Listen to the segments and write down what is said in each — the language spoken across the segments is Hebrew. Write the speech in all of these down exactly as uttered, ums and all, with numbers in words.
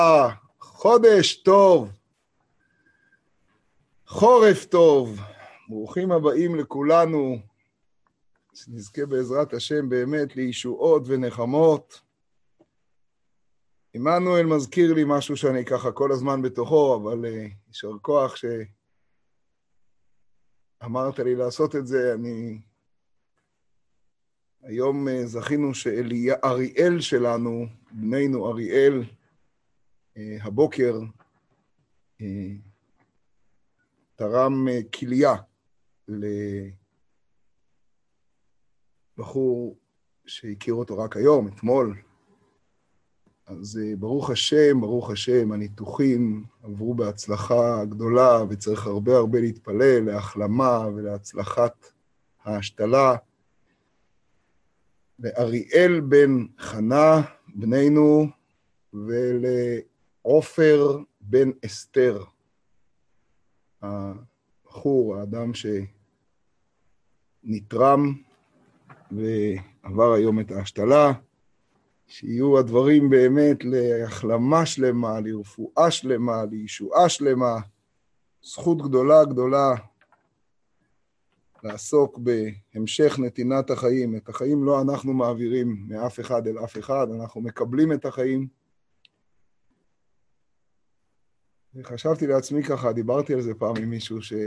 חודש טוב, חורף טוב, ברוכים הבאים לכולנו, שנזכה בעזרת השם באמת לישועות ונחמות. עמנואל מזכיר לי משהו שאני ככה כל הזמן בתוכו, אבל uh, יישר כוח שאמרת לי לעשות את זה. אני היום uh, זכינו שאריאל שלנו, בנינו אריאל, uh, הבוקר, uh, תרם uh, כליה לבחור שהכיר אותו רק היום, אתמול. אז ברוך השם, ברוך השם, הניתוחים עברו בהצלחה גדולה, וצריך הרבה הרבה להתפלל להחלמה ולהצלחת ההשתלה. לאריאל בן חנה, בנינו, ולעופר בן אסתר, הבחור, האדם שנתרם ועבר היום את ההשתלה, שיהיו הדברים באמת להחלמה שלמה, לרפואה שלמה, לישועה שלמה, זכות גדולה גדולה לעסוק בהמשך נתינת החיים. את החיים לא אנחנו מעבירים מאף אחד אל אף אחד, אנחנו מקבלים את החיים. וחשבתי לעצמי ככה, דיברתי על זה פעם עם מישהו, ש...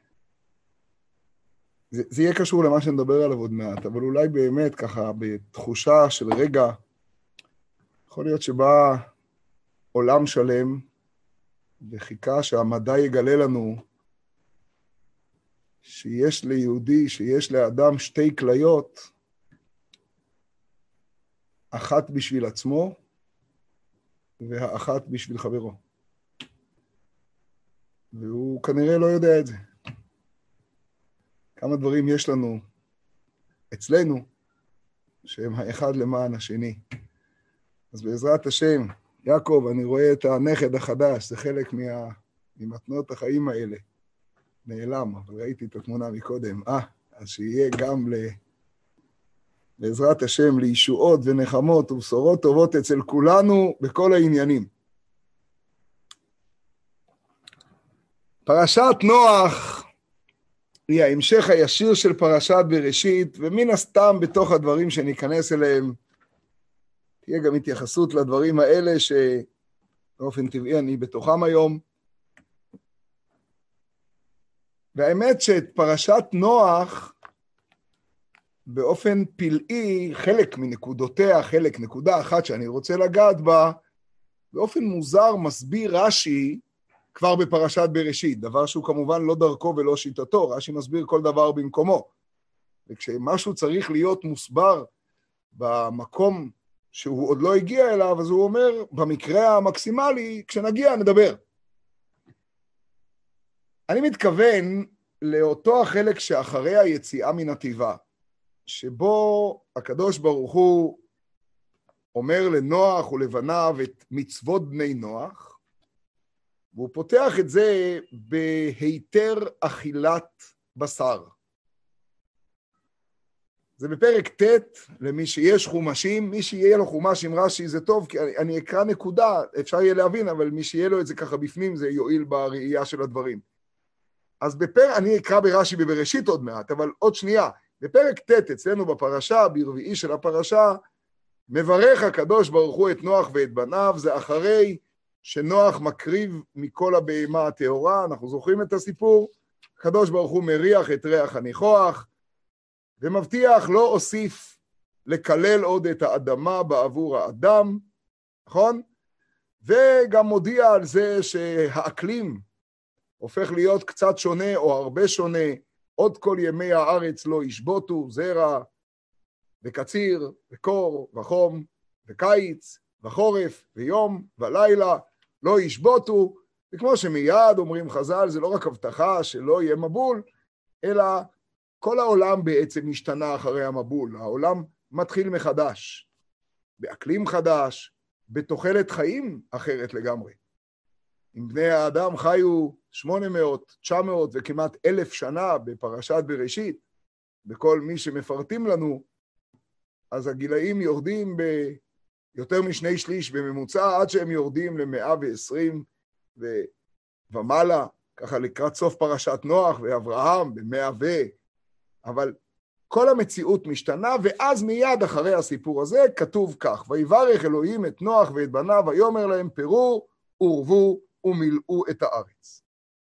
זה, זה יהיה קשור למה שנדבר עליו עוד מעט, אבל אולי באמת ככה בתחושה של רגע, יכול להיות שבא עולם שלם וחיכה שהמדע יגלה לנו שיש ליהודי, שיש לאדם שתי כליות, אחת בשביל עצמו והאחת בשביל חברו. והוא כנראה לא יודע את זה. כמה דברים יש לנו אצלנו שהם האחד למען השני. אז בעזרת השם, יעקב, אני רואה את הנכד החדש, זה חלק מה... ממתנות החיים האלה. נעלם, אבל ראיתי את התמונה מקודם. אה, אז שיהיה גם ל... בעזרת השם לישועות ונחמות ובשורות טובות אצל כולנו בכל העניינים. פרשת נוח היא ההמשך הישיר של פרשת בראשית, ומן הסתם בתוך הדברים שניכנס אליהם, תהיה גם התייחסות לדברים האלה שבאופן טבעי אני בתוכם היום. והאמת שאת פרשת נוח, באופן פלאי, חלק מנקודותיה, חלק נקודה אחת שאני רוצה לגעת בה, באופן מוזר מסביר רש"י כבר בפרשת בראשית, דבר שהוא כמובן לא דרכו ולא שיטתו, רש"י מסביר כל דבר במקומו. וכשמשהו צריך להיות מוסבר במקום שהוא עוד לא הגיע אליו, אז הוא אומר, במקרה המקסימלי, כשנגיע נדבר. אני מתכוון לאותו החלק שאחרי היציאה מן התיבה, שבו הקדוש ברוך הוא אומר לנוח ולבניו את מצוות בני נוח, והוא פותח את זה בהיתר אכילת בשר. זה בפרק ט', למי שיש חומשים, מי שיהיה לו חומש עם רש"י זה טוב, כי אני, אני אקרא נקודה, אפשר יהיה להבין, אבל מי שיהיה לו את זה ככה בפנים, זה יועיל בראייה של הדברים. אז בפרק, אני אקרא ברש"י בבראשית עוד מעט, אבל עוד שנייה, בפרק ט' אצלנו בפרשה, ברביעי של הפרשה, מברך הקדוש ברוך הוא את נוח ואת בניו, זה אחרי שנוח מקריב מכל הבהמה הטהורה, אנחנו זוכרים את הסיפור, הקדוש ברוך הוא מריח את ריח הניחוח, ומבטיח לא אוסיף לקלל עוד את האדמה בעבור האדם, נכון? וגם מודיע על זה שהאקלים הופך להיות קצת שונה או הרבה שונה, עוד כל ימי הארץ לא ישבותו, זרע וקציר וקור וחום וקיץ וחורף ויום ולילה לא ישבותו, וכמו שמיד אומרים חז"ל, זה לא רק הבטחה שלא יהיה מבול, אלא כל העולם בעצם משתנה אחרי המבול, העולם מתחיל מחדש, באקלים חדש, בתוחלת חיים אחרת לגמרי. אם בני האדם חיו שמונה מאות, תשע מאות וכמעט אלף שנה בפרשת בראשית, בכל מי שמפרטים לנו, אז הגילאים יורדים יותר משני שליש בממוצע, עד שהם יורדים ל-מאה ועשרים ומעלה, ככה לקראת סוף פרשת נוח ואברהם, ב-מאה ו... אבל כל המציאות משתנה, ואז מיד אחרי הסיפור הזה כתוב כך, ויברך אלוהים את נוח ואת בניו, ויאמר להם פרו, ורבו ומילאו את הארץ.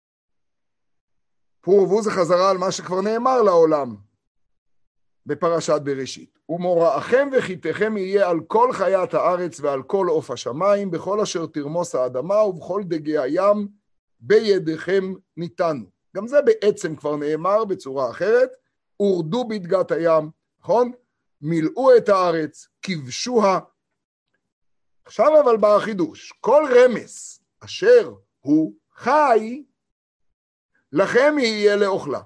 פרו ורבו זה חזרה על מה שכבר נאמר לעולם בפרשת בראשית. ומוראכם וחיתכם יהיה על כל חיית הארץ ועל כל עוף השמיים, בכל אשר תרמוס האדמה ובכל דגי הים, בידיכם ניתנו. גם זה בעצם כבר נאמר בצורה אחרת, ורדו בדגת הים, נכון? מילאו את הארץ, כבשוה. עכשיו אבל בא החידוש, כל רמס אשר הוא חי, לכם יהיה לאוכלה.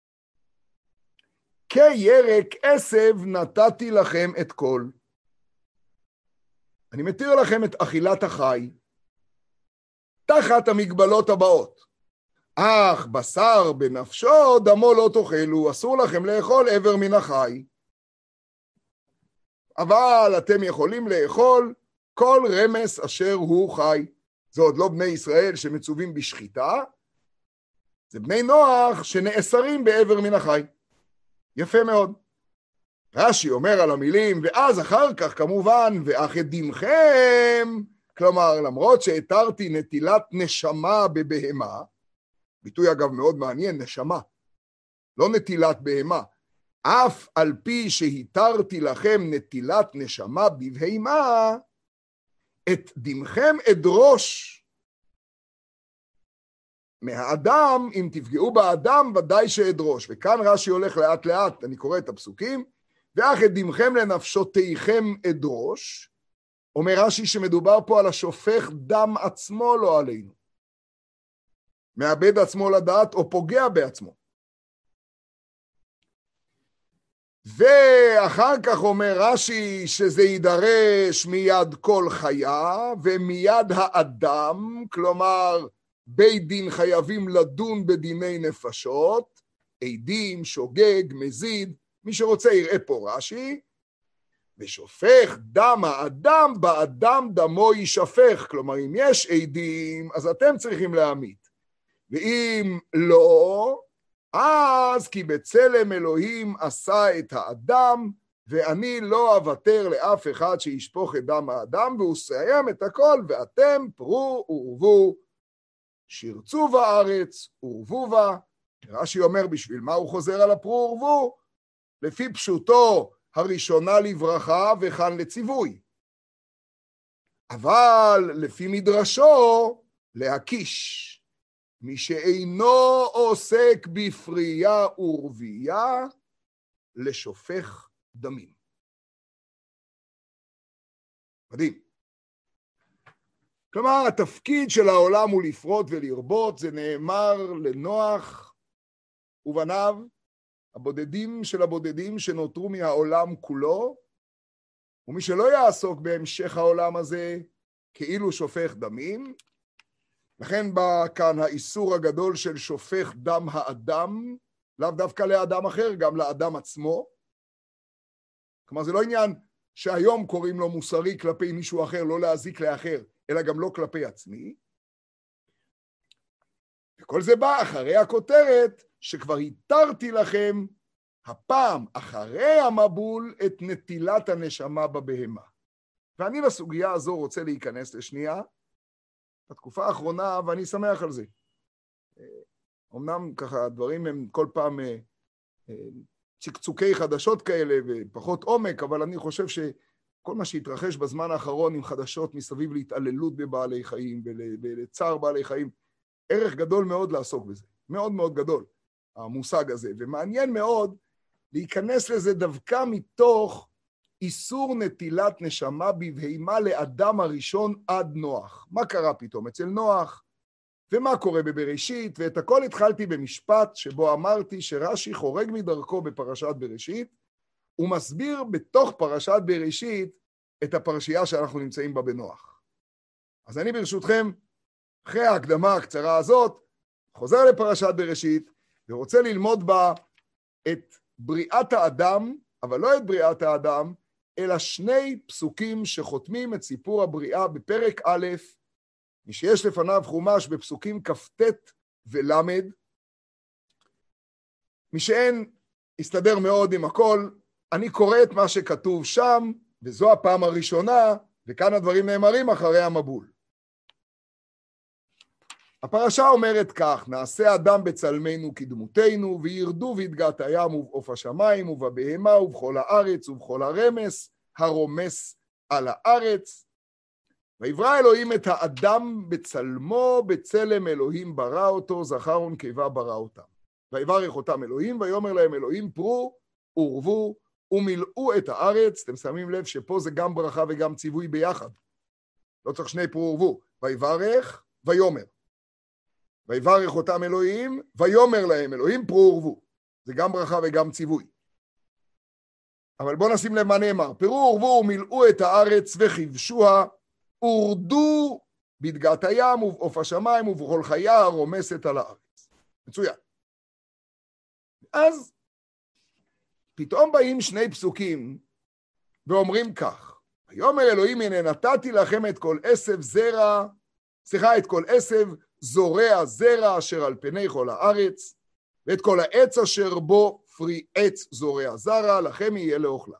כירק עשב נתתי לכם את כל. אני מתיר לכם את אכילת החי, תחת המגבלות הבאות. אך בשר בנפשו דמו לא תאכלו, אסור לכם לאכול עבר מן החי. אבל אתם יכולים לאכול כל רמס אשר הוא חי. זה עוד לא בני ישראל שמצווים בשחיטה, זה בני נוח שנאסרים בעבר מן החי. יפה מאוד. רש"י אומר על המילים, ואז אחר כך כמובן, ואך את דמכם, כלומר, למרות שהתרתי נטילת נשמה בבהמה, ביטוי אגב מאוד מעניין, נשמה, לא נטילת בהמה, אף על פי שהתרתי לכם נטילת נשמה בבהמה, את דמכם אדרוש. מהאדם, אם תפגעו באדם, ודאי שאדרוש. וכאן רש"י הולך לאט לאט, אני קורא את הפסוקים, ואך את דמכם לנפשותיכם אדרוש, אומר רש"י שמדובר פה על השופך דם עצמו, לא עלינו. מאבד עצמו לדעת או פוגע בעצמו. ואחר כך אומר רש"י שזה יידרש מיד כל חיה, ומיד האדם, כלומר, בית דין חייבים לדון בדיני נפשות, עדים, שוגג, מזיד, מי שרוצה יראה פה רש"י, ושופך דם האדם, באדם דמו יישפך, כלומר אם יש עדים, אז אתם צריכים להמית, ואם לא, אז כי בצלם אלוהים עשה את האדם, ואני לא אוותר לאף אחד שישפוך את דם האדם, והוא סיים את הכל, ואתם פרו ורבו, שירצו בארץ, ורבו בה. רש"י אומר בשביל מה הוא חוזר על הפרו ורבו? לפי פשוטו הראשונה לברכה וכאן לציווי. אבל לפי מדרשו להקיש. מי שאינו עוסק בפרייה ורבייה, לשופך דמים. מדהים. כלומר, התפקיד של העולם הוא לפרוט ולרבות, זה נאמר לנוח ובניו, הבודדים של הבודדים שנותרו מהעולם כולו, ומי שלא יעסוק בהמשך העולם הזה, כאילו שופך דמים, לכן בא כאן האיסור הגדול של שופך דם האדם, לאו דווקא לאדם אחר, גם לאדם עצמו. כלומר, זה לא עניין שהיום קוראים לו מוסרי כלפי מישהו אחר, לא להזיק לאחר, אלא גם לא כלפי עצמי. וכל זה בא אחרי הכותרת שכבר התרתי לכם הפעם אחרי המבול את נטילת הנשמה בבהמה. ואני לסוגיה הזו רוצה להיכנס לשנייה, בתקופה האחרונה, ואני שמח על זה. אמנם ככה הדברים הם כל פעם צקצוקי חדשות כאלה ופחות עומק, אבל אני חושב שכל מה שהתרחש בזמן האחרון עם חדשות מסביב להתעללות בבעלי חיים ולצער בעלי חיים, ערך גדול מאוד לעסוק בזה, מאוד מאוד גדול, המושג הזה, ומעניין מאוד להיכנס לזה דווקא מתוך איסור נטילת נשמה בבהמה לאדם הראשון עד נוח. מה קרה פתאום אצל נוח? ומה קורה בבראשית? ואת הכל התחלתי במשפט שבו אמרתי שרש"י חורג מדרכו בפרשת בראשית, הוא מסביר בתוך פרשת בראשית את הפרשייה שאנחנו נמצאים בה בנוח. אז אני ברשותכם, אחרי ההקדמה הקצרה הזאת, חוזר לפרשת בראשית, ורוצה ללמוד בה את בריאת האדם, אבל לא את בריאת האדם, אלא שני פסוקים שחותמים את סיפור הבריאה בפרק א', מי שיש לפניו חומש בפסוקים כ"ט ולמד, מי שאין הסתדר מאוד עם הכל, אני קורא את מה שכתוב שם, וזו הפעם הראשונה, וכאן הדברים נאמרים אחרי המבול. הפרשה אומרת כך, נעשה אדם בצלמנו כדמותנו, וירדו בדגת הים ובעוף השמיים, ובבהמה ובכל הארץ, ובכל הרמס, הרומס על הארץ. ויברא אלוהים את האדם בצלמו, בצלם אלוהים ברא אותו, זכר ונקבה ברא אותם. ויברך אותם אלוהים, ויאמר להם אלוהים, פרו ורבו ומילאו את הארץ. אתם שמים לב שפה זה גם ברכה וגם ציווי ביחד. לא צריך שני פרו ורבו. ויברך ויאמר. ויברך אותם אלוהים, ויאמר להם אלוהים, פרו ורבו. זה גם ברכה וגם ציווי. אבל בואו נשים לב מה נאמר. פרו ורבו ומילאו את הארץ וכבשוה, ורדו בדגת הים ובעוף השמיים ובכל חיה הרומסת על הארץ. מצוין. אז פתאום באים שני פסוקים ואומרים כך, ויאמר אלוהים הנה נתתי לכם את כל עשב זרע, סליחה, את כל עשב זורע זרע אשר על פני כל הארץ, ואת כל העץ אשר בו פרי עץ זורע זרע, לכם יהיה לאוכלה.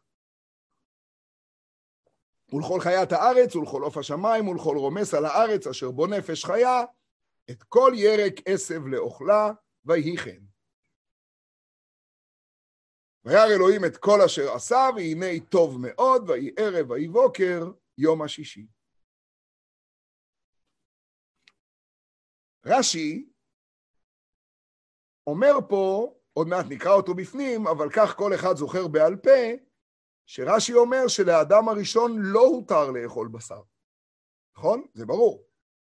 ולכל חיית הארץ, ולכל עוף השמיים, ולכל רומס על הארץ, אשר בו נפש חיה, את כל ירק עשב לאוכלה, ויהי כן. וירא אלוהים את כל אשר עשה, והנה טוב מאוד, ויהי ערב ויהי בוקר, יום השישי. רש"י אומר פה, עוד מעט נקרא אותו בפנים, אבל כך כל אחד זוכר בעל פה, שרש"י אומר שלאדם הראשון לא הותר לאכול בשר. נכון? זה ברור.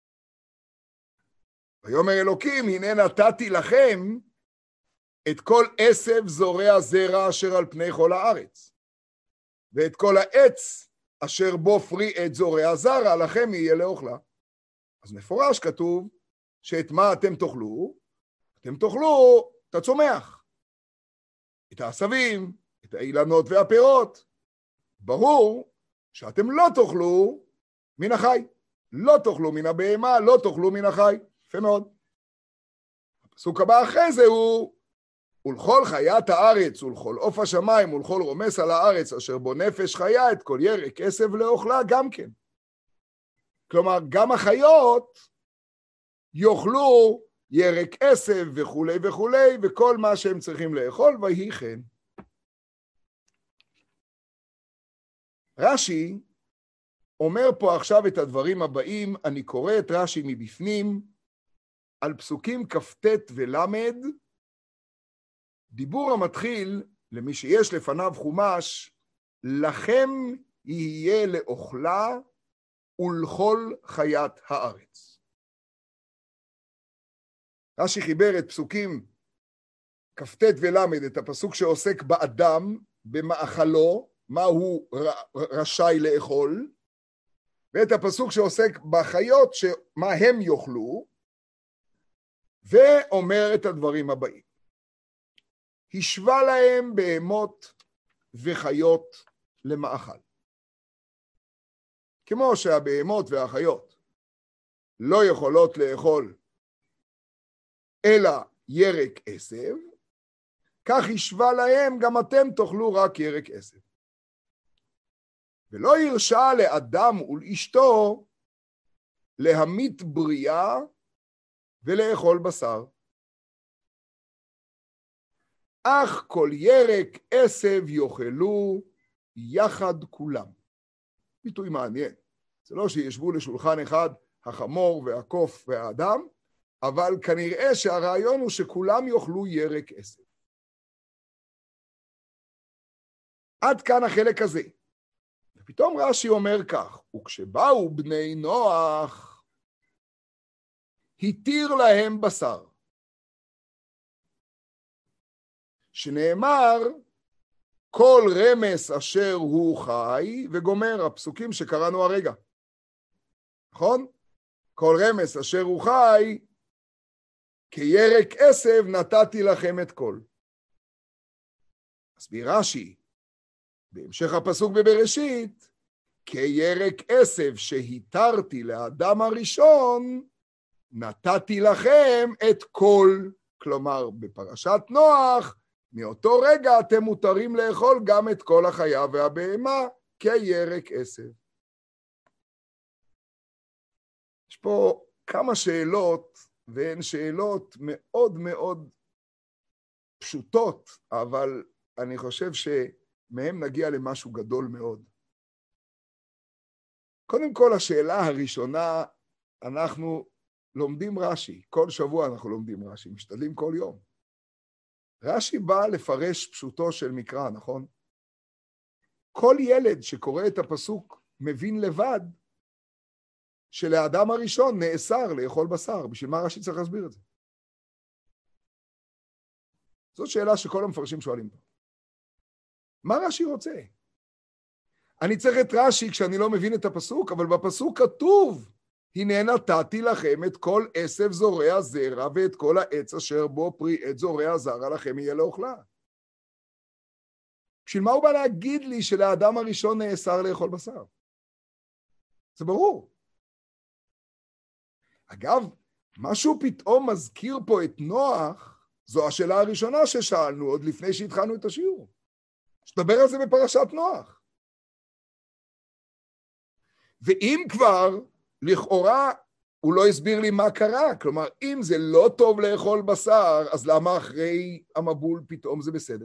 ויאמר אלוקים, הנה נתתי לכם את כל עשב זורע זרע אשר על פני כל הארץ, ואת כל העץ אשר בו פרי עץ זורע זרע, לכם יהיה לאוכלה. אז מפורש כתוב שאת מה אתם תאכלו? אתם תאכלו את הצומח, את העשבים, את האילנות והפירות. ברור שאתם לא תאכלו מן החי, לא תאכלו מן הבהמה, לא תאכלו מן החי. יפה מאוד. הפסוק הבא אחרי זה הוא, ולכל חיית הארץ, ולכל עוף השמיים, ולכל רומס על הארץ, אשר בו נפש חיה, את כל ירק עשב לאוכלה גם כן. כלומר, גם החיות יאכלו ירק עשב וכולי וכולי, וכל מה שהם צריכים לאכול, ויהי כן. רש"י אומר פה עכשיו את הדברים הבאים, אני קורא את רש"י מבפנים, על פסוקים כ"ט ולמד, דיבור המתחיל, למי שיש לפניו חומש, לכם יהיה לאוכלה ולכל חיית הארץ. רש"י חיבר את פסוקים כ"ט ולמד, את הפסוק שעוסק באדם, במאכלו, מה הוא רשאי לאכול, ואת הפסוק שעוסק בחיות, מה הם יאכלו, ואומר את הדברים הבאים. השווה להם בהמות וחיות למאכל. כמו שהבהמות והחיות לא יכולות לאכול אלא ירק עשב, כך השווה להם גם אתם תאכלו רק ירק עשב. ולא הרשה לאדם ולאשתו להמית בריאה ולאכול בשר. אך כל ירק עשב יאכלו יחד כולם. ביטוי מעניין. זה לא שישבו לשולחן אחד החמור והקוף והאדם, אבל כנראה שהרעיון הוא שכולם יאכלו ירק עשב. עד כאן החלק הזה. ופתאום רש"י אומר כך, וכשבאו בני נוח, התיר להם בשר. שנאמר, כל רמס אשר הוא חי, וגומר, הפסוקים שקראנו הרגע. נכון? כל רמס אשר הוא חי, כירק עשב נתתי לכם את כל. מסביר רש"י, בהמשך הפסוק בבראשית, כירק עשב שהתרתי לאדם הראשון, נתתי לכם את כל. כלומר, בפרשת נוח, מאותו רגע אתם מותרים לאכול גם את כל החיה והבהמה, כירק עשב. יש פה כמה שאלות, והן שאלות מאוד מאוד פשוטות, אבל אני חושב שמהם נגיע למשהו גדול מאוד. קודם כל, השאלה הראשונה, אנחנו לומדים רש"י. כל שבוע אנחנו לומדים רש"י, משתדלים כל יום. רש"י בא לפרש פשוטו של מקרא, נכון? כל ילד שקורא את הפסוק מבין לבד שלאדם הראשון נאסר לאכול בשר. בשביל מה רש"י צריך להסביר את זה? זאת שאלה שכל המפרשים שואלים פה. מה רש"י רוצה? אני צריך את רש"י כשאני לא מבין את הפסוק, אבל בפסוק כתוב, הנה נתתי לכם את כל עשב זורע זרע, ואת כל העץ אשר בו פרי עת זורע זרע לכם יהיה לאוכלה. בשביל מה הוא בא להגיד לי שלאדם הראשון נאסר לאכול בשר? זה ברור. אגב, משהו פתאום מזכיר פה את נוח, זו השאלה הראשונה ששאלנו עוד לפני שהתחלנו את השיעור. שתדבר על זה בפרשת נוח. ואם כבר, לכאורה, הוא לא הסביר לי מה קרה. כלומר, אם זה לא טוב לאכול בשר, אז למה אחרי המבול פתאום זה בסדר?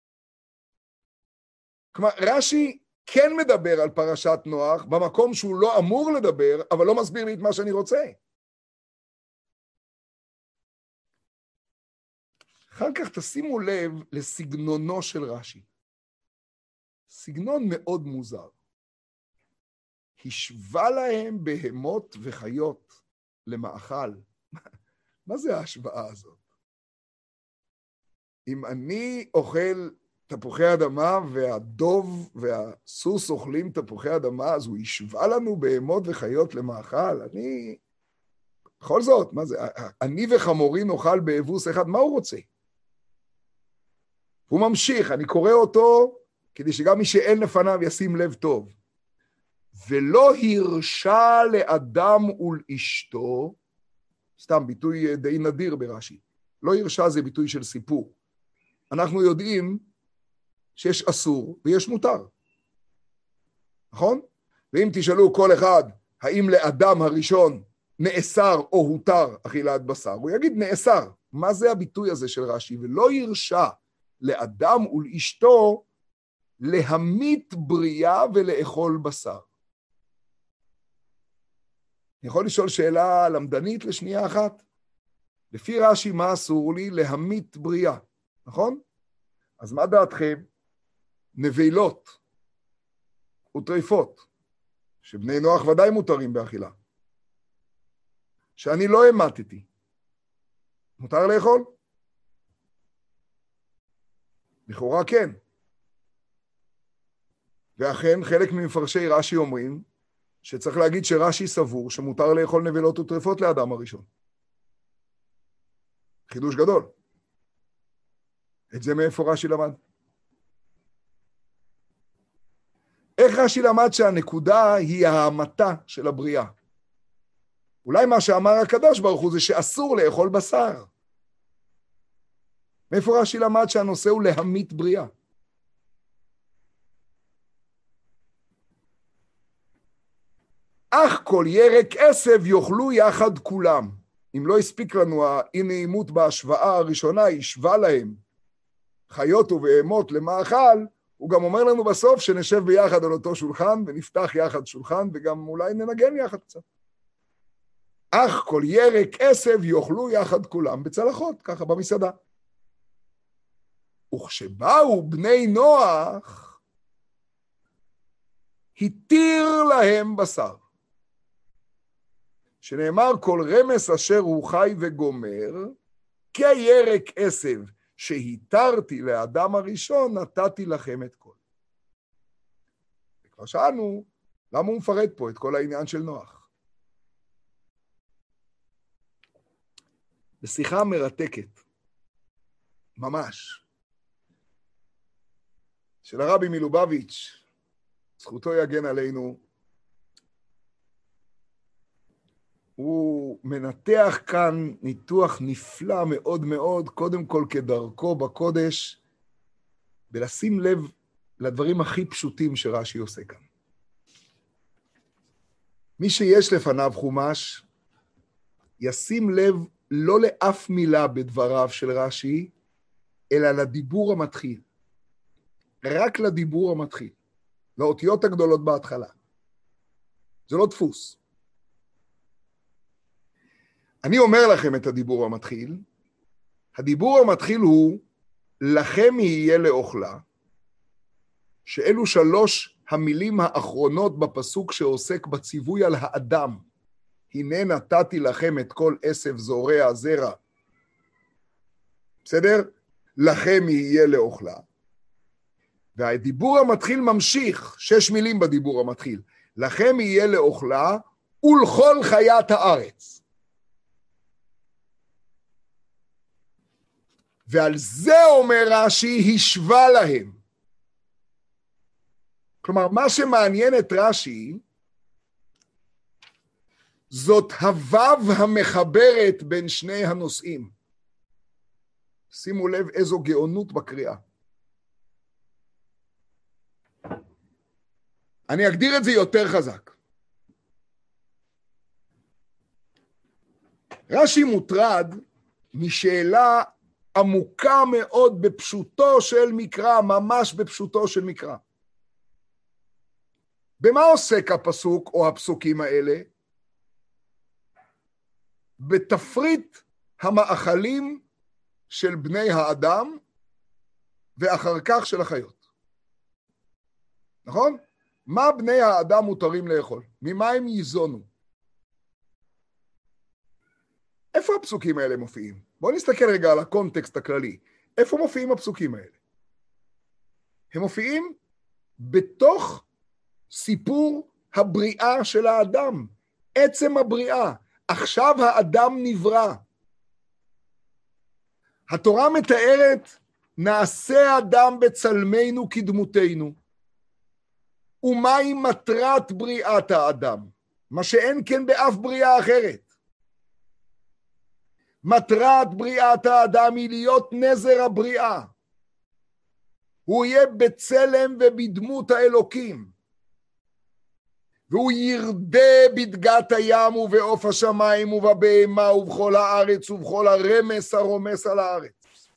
כלומר, רש"י כן מדבר על פרשת נוח, במקום שהוא לא אמור לדבר, אבל לא מסביר לי את מה שאני רוצה. אחר כך תשימו לב לסגנונו של רש"י. סגנון מאוד מוזר. השווה להם בהמות וחיות למאכל. מה זה ההשוואה הזאת? אם אני אוכל תפוחי אדמה והדוב והסוס אוכלים תפוחי אדמה, אז הוא השווה לנו בהמות וחיות למאכל. אני... בכל זאת, מה זה? אני וחמורי נאכל באבוס אחד, מה הוא רוצה? הוא ממשיך, אני קורא אותו כדי שגם מי שאין לפניו ישים לב טוב. ולא הרשה לאדם ולאשתו, סתם ביטוי די נדיר ברש"י, לא הרשה זה ביטוי של סיפור. אנחנו יודעים שיש אסור ויש מותר, נכון? ואם תשאלו כל אחד, האם לאדם הראשון נאסר או הותר אכילת בשר, הוא יגיד נאסר. מה זה הביטוי הזה של רש"י? ולא הרשה לאדם ולאשתו להמית בריאה ולאכול בשר. אני יכול לשאול שאלה למדנית לשנייה אחת? לפי רש"י, מה אסור לי? להמית בריאה, נכון? אז מה דעתכם? נבלות וטרפות, שבני נוח ודאי מותרים באכילה, שאני לא המתתי, מותר לאכול? לכאורה כן. ואכן חלק ממפרשי רש"י אומרים, שצריך להגיד שרש"י סבור שמותר לאכול נבלות וטרפות לאדם הראשון. חידוש גדול. את זה מאיפה רש"י למד? איך רש"י למד שהנקודה היא ההמתה של הבריאה? אולי מה שאמר הקדוש ברוך הוא זה שאסור לאכול בשר. מאיפה רש"י למד שהנושא הוא להמית בריאה? אך כל ירק עשב יאכלו יחד כולם. אם לא הספיק לנו האי נעימות בהשוואה הראשונה, השווה להם חיות ובהמות למאכל, הוא גם אומר לנו בסוף שנשב ביחד על אותו שולחן, ונפתח יחד שולחן, וגם אולי ננגן יחד קצת. אך כל ירק עשב יאכלו יחד כולם בצלחות, ככה במסעדה. וכשבאו בני נוח, התיר להם בשר. שנאמר כל רמס אשר הוא חי וגומר, כירק עשב שהתרתי לאדם הראשון, נתתי לכם את כל. וכבר שאלנו, למה הוא מפרט פה את כל העניין של נוח? בשיחה מרתקת, ממש, של הרבי מלובביץ', זכותו יגן עלינו, הוא מנתח כאן ניתוח נפלא מאוד מאוד, קודם כל כדרכו בקודש, ולשים לב לדברים הכי פשוטים שרש"י עושה כאן. מי שיש לפניו חומש, ישים לב לא לאף מילה בדבריו של רש"י, אלא לדיבור המתחיל. רק לדיבור המתחיל. לאותיות הגדולות בהתחלה. זה לא דפוס. אני אומר לכם את הדיבור המתחיל. הדיבור המתחיל הוא, לכם יהיה לאוכלה, שאלו שלוש המילים האחרונות בפסוק שעוסק בציווי על האדם. הנה נתתי לכם את כל עשב זורע זרע. בסדר? לכם יהיה לאוכלה. והדיבור המתחיל ממשיך, שש מילים בדיבור המתחיל. לכם יהיה לאוכלה ולכל חיית הארץ. ועל זה אומר רש"י, השווה להם. כלומר, מה שמעניין את רש"י, זאת הוו המחברת בין שני הנושאים. שימו לב איזו גאונות בקריאה. אני אגדיר את זה יותר חזק. רש"י מוטרד משאלה עמוקה מאוד בפשוטו של מקרא, ממש בפשוטו של מקרא. במה עוסק הפסוק או הפסוקים האלה? בתפריט המאכלים של בני האדם ואחר כך של החיות. נכון? מה בני האדם מותרים לאכול? ממה הם ייזונו? איפה הפסוקים האלה מופיעים? בואו נסתכל רגע על הקונטקסט הכללי. איפה מופיעים הפסוקים האלה? הם מופיעים בתוך סיפור הבריאה של האדם. עצם הבריאה. עכשיו האדם נברא. התורה מתארת, נעשה אדם בצלמנו כדמותנו. ומהי מטרת בריאת האדם? מה שאין כן באף בריאה אחרת. מטרת בריאת האדם היא להיות נזר הבריאה. הוא יהיה בצלם ובדמות האלוקים. והוא ירדה בדגת הים ובעוף השמיים ובבהמה ובכל הארץ ובכל הרמס הרומס על הארץ.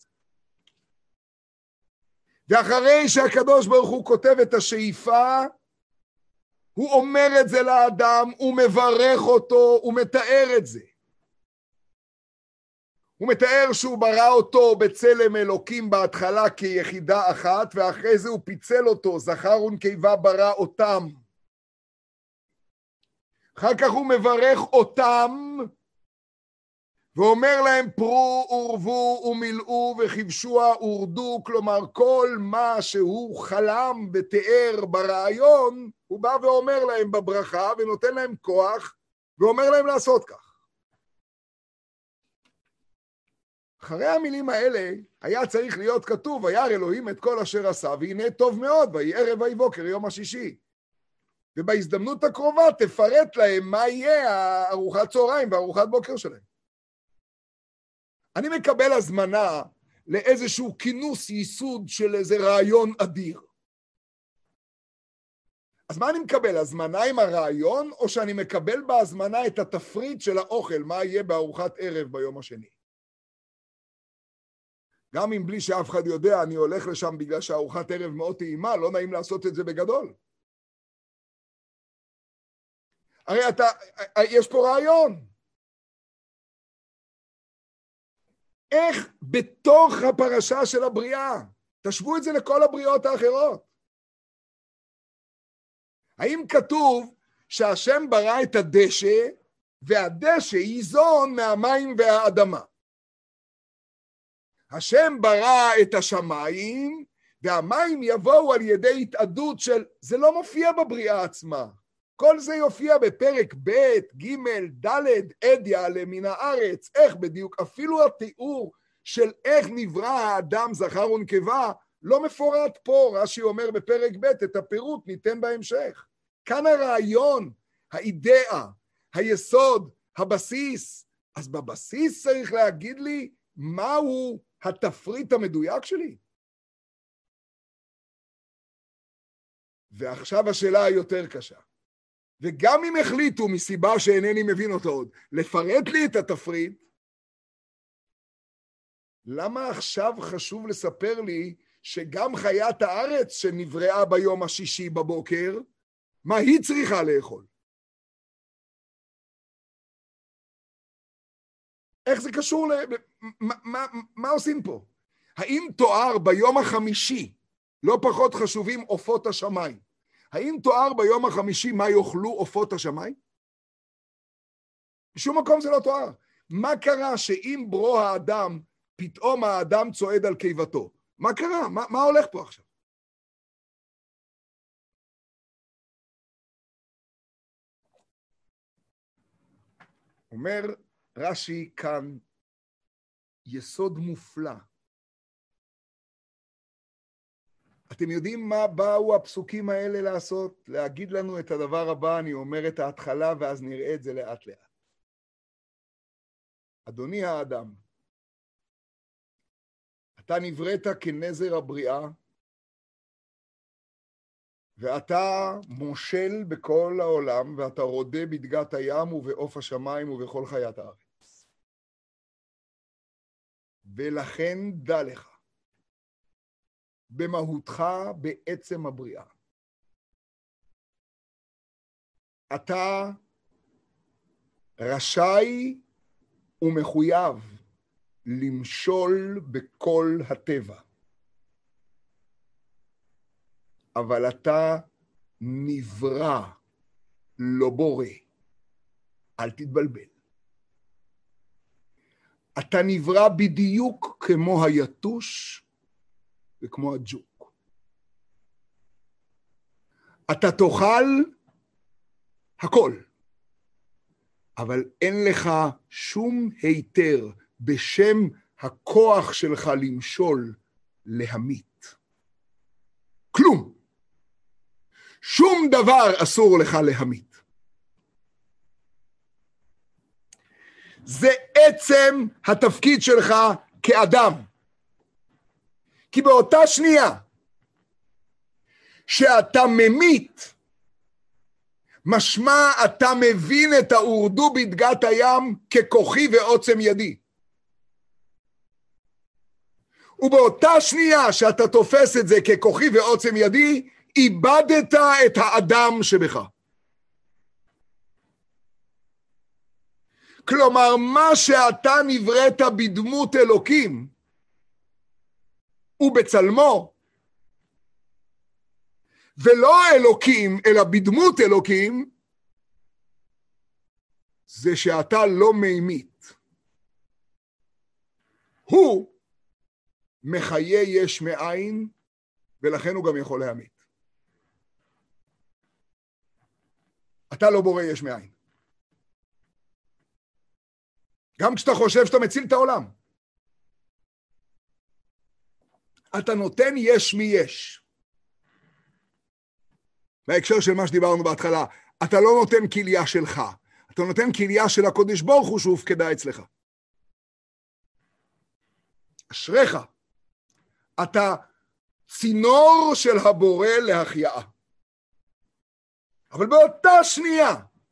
ואחרי שהקדוש ברוך הוא כותב את השאיפה, הוא אומר את זה לאדם, הוא מברך אותו, הוא מתאר את זה. הוא מתאר שהוא ברא אותו בצלם אלוקים בהתחלה כיחידה אחת, ואחרי זה הוא פיצל אותו, זכר ונקבה ברא אותם. אחר כך הוא מברך אותם, ואומר להם פרו ורבו ומילאו וכבשוה ורדו, כלומר כל מה שהוא חלם ותיאר ברעיון, הוא בא ואומר להם בברכה ונותן להם כוח, ואומר להם לעשות כך. אחרי המילים האלה היה צריך להיות כתוב, וירא אלוהים את כל אשר עשה, והנה טוב מאוד, ויהי ערב ויהי בוקר יום השישי. ובהזדמנות הקרובה תפרט להם מה יהיה ארוחת צהריים וארוחת בוקר שלהם. אני מקבל הזמנה לאיזשהו כינוס ייסוד של איזה רעיון אדיר. אז מה אני מקבל? הזמנה עם הרעיון, או שאני מקבל בהזמנה את התפריט של האוכל, מה יהיה בארוחת ערב ביום השני? גם אם בלי שאף אחד יודע, אני הולך לשם בגלל שהארוחת ערב מאוד טעימה, לא נעים לעשות את זה בגדול. הרי אתה, יש פה רעיון. איך בתוך הפרשה של הבריאה, תשוו את זה לכל הבריאות האחרות. האם כתוב שהשם ברא את הדשא, והדשא ייזון מהמים והאדמה? השם ברא את השמיים, והמים יבואו על ידי התעדות של, זה לא מופיע בבריאה עצמה. כל זה יופיע בפרק ב', ג', ד', עד יעלה מן הארץ. איך בדיוק? אפילו התיאור של איך נברא האדם זכר ונקבה, לא מפורט פה, רש"י אומר בפרק ב', את הפירוט ניתן בהמשך. כאן הרעיון, האידאה, היסוד, הבסיס. אז בבסיס צריך להגיד לי מהו התפריט המדויק שלי. ועכשיו השאלה היותר קשה. וגם אם החליטו מסיבה שאינני מבין אותו עוד, לפרט לי את התפריט, למה עכשיו חשוב לספר לי שגם חיית הארץ שנבראה ביום השישי בבוקר, מה היא צריכה לאכול? איך זה קשור ל... מה, מה, מה עושים פה? האם תואר ביום החמישי, לא פחות חשובים עופות השמיים, האם תואר ביום החמישי מה יאכלו עופות השמיים? בשום מקום זה לא תואר. מה קרה שאם ברוא האדם, פתאום האדם צועד על קיבתו? מה קרה? מה, מה הולך פה עכשיו? אומר רש"י כאן יסוד מופלא. אתם יודעים מה באו הפסוקים האלה לעשות? להגיד לנו את הדבר הבא, אני אומר את ההתחלה ואז נראה את זה לאט לאט. אדוני האדם, אתה נבראת כנזר הבריאה, ואתה מושל בכל העולם, ואתה רודה בדגת הים ובעוף השמיים ובכל חיית הארץ. ולכן דע לך, במהותך בעצם הבריאה. אתה רשאי ומחויב למשול בכל הטבע. אבל אתה נברא, לא בורא. אל תתבלבל. אתה נברא בדיוק כמו היתוש וכמו הג'וק. אתה תאכל הכל, אבל אין לך שום היתר בשם הכוח שלך למשול להמית. כלום. שום דבר אסור לך להמית. זה עצם התפקיד שלך כאדם. כי באותה שנייה שאתה ממית, משמע אתה מבין את האורדו בדגת הים ככוחי ועוצם ידי. ובאותה שנייה שאתה תופס את זה ככוחי ועוצם ידי, איבדת את האדם שבך. כלומר, מה שאתה נבראת בדמות אלוקים, ובצלמו, ולא אלוקים, אלא בדמות אלוקים, זה שאתה לא ממית. הוא מחיה יש מאין, ולכן הוא גם יכול להמית. אתה לא בורא יש מאין. גם כשאתה חושב שאתה מציל את העולם. אתה נותן יש מי יש. בהקשר של מה שדיברנו בהתחלה, אתה לא נותן כליה שלך, אתה נותן כליה של הקודש ברוך הוא שהופקדה אצלך. אשריך, אתה צינור של הבורא להחייאה. אבל באותה שנייה,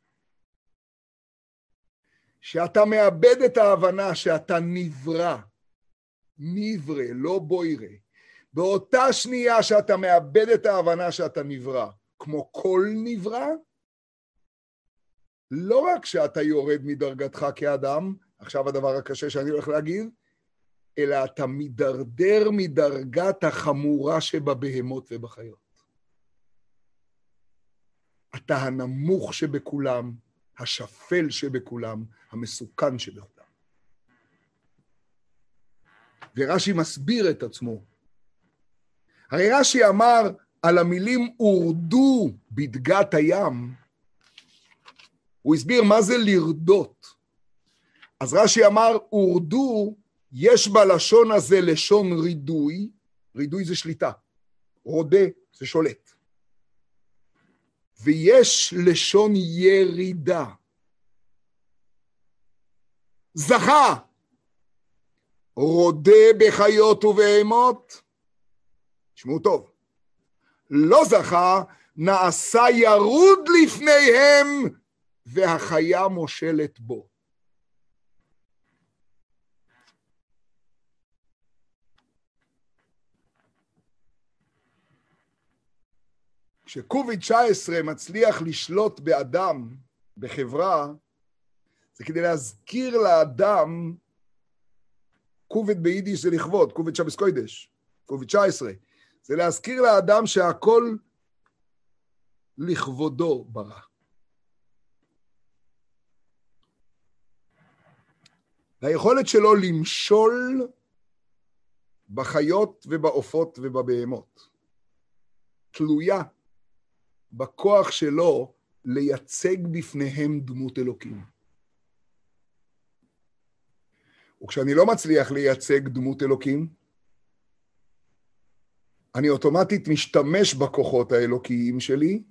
שאתה מאבד את ההבנה שאתה נברא, נברא, לא בוירה, באותה שנייה שאתה מאבד את ההבנה שאתה נברא, כמו כל נברא, לא רק שאתה יורד מדרגתך כאדם, עכשיו הדבר הקשה שאני הולך להגיד, אלא אתה מדרדר מדרגת החמורה שבבהמות ובחיות. אתה הנמוך שבכולם, השפל שבכולם, המסוכן שבכולם. ורש"י מסביר את עצמו. הרי רש"י אמר על המילים הורדו בדגת הים, הוא הסביר מה זה לרדות. אז רש"י אמר, הורדו, יש בלשון הזה לשון רידוי, רידוי זה שליטה. רודה זה שולט. ויש לשון ירידה. זכה. רודה בחיות ובהמות. תשמעו טוב. לא זכה, נעשה ירוד לפניהם, והחיה מושלת בו. כשקוביד תשע עשרה מצליח לשלוט באדם, בחברה, זה כדי להזכיר לאדם, קוביד ביידיש זה לכבוד, קוביד שבס קוידש, קוביד תשע עשרה, זה להזכיר לאדם שהכל לכבודו ברא. והיכולת שלו למשול בחיות ובעופות ובבהמות, תלויה בכוח שלו לייצג בפניהם דמות אלוקים. וכשאני לא מצליח לייצג דמות אלוקים, אני אוטומטית משתמש בכוחות האלוקיים שלי,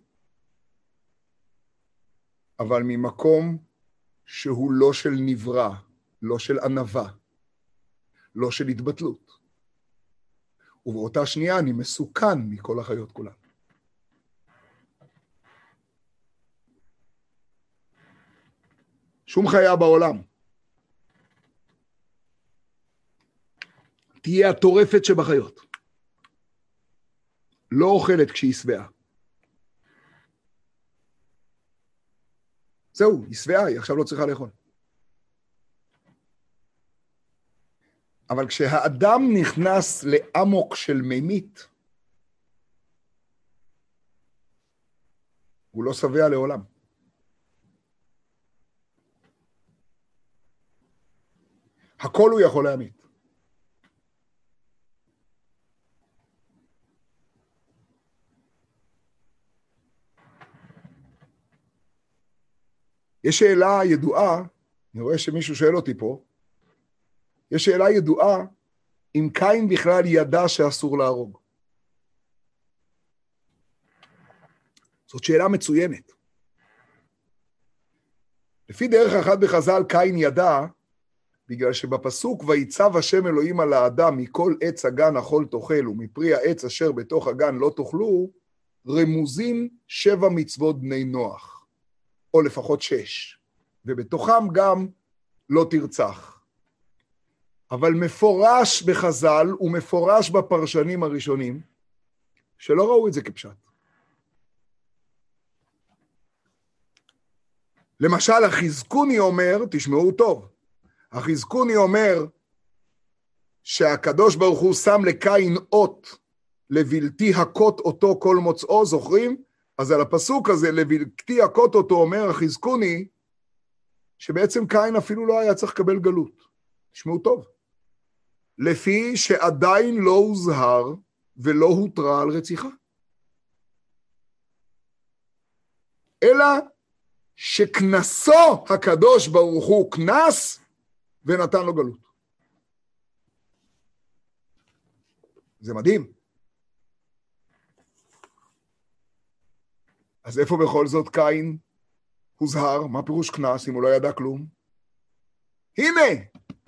אבל ממקום שהוא לא של נברא, לא של ענווה, לא של התבטלות. ובאותה שנייה אני מסוכן מכל החיות כולן. שום חיה בעולם תהיה הטורפת שבחיות. לא אוכלת כשהיא שבעה. זהו, היא שבעה, היא עכשיו לא צריכה לאכול. אבל כשהאדם נכנס לעמוק של מימית, הוא לא שבע לעולם. הכל הוא יכול להמית. יש שאלה ידועה, אני רואה שמישהו שואל אותי פה, יש שאלה ידועה, אם קין בכלל ידע שאסור להרוג. זאת שאלה מצוינת. לפי דרך אחת בחז"ל, קין ידע, בגלל שבפסוק, ויצב השם אלוהים על האדם, מכל עץ הגן אכול תאכל, ומפרי העץ אשר בתוך הגן לא תאכלו, רמוזים שבע מצוות בני נוח, או לפחות שש, ובתוכם גם לא תרצח. אבל מפורש בחז"ל ומפורש בפרשנים הראשונים, שלא ראו את זה כפשט. למשל, החזקוני אומר, תשמעו טוב, החזקוני אומר שהקדוש ברוך הוא שם לקין אות, לבלתי הכות אותו כל מוצאו, זוכרים? אז על הפסוק הזה, לבלתי הכות אותו, אומר החזקוני, שבעצם קין אפילו לא היה צריך לקבל גלות. תשמעו טוב. לפי שעדיין לא הוזהר ולא הותרה על רציחה. אלא שכנסו הקדוש ברוך הוא כנס ונתן לו גלות. זה מדהים. אז איפה בכל זאת קין הוזהר? מה פירוש כנס אם הוא לא ידע כלום? הנה!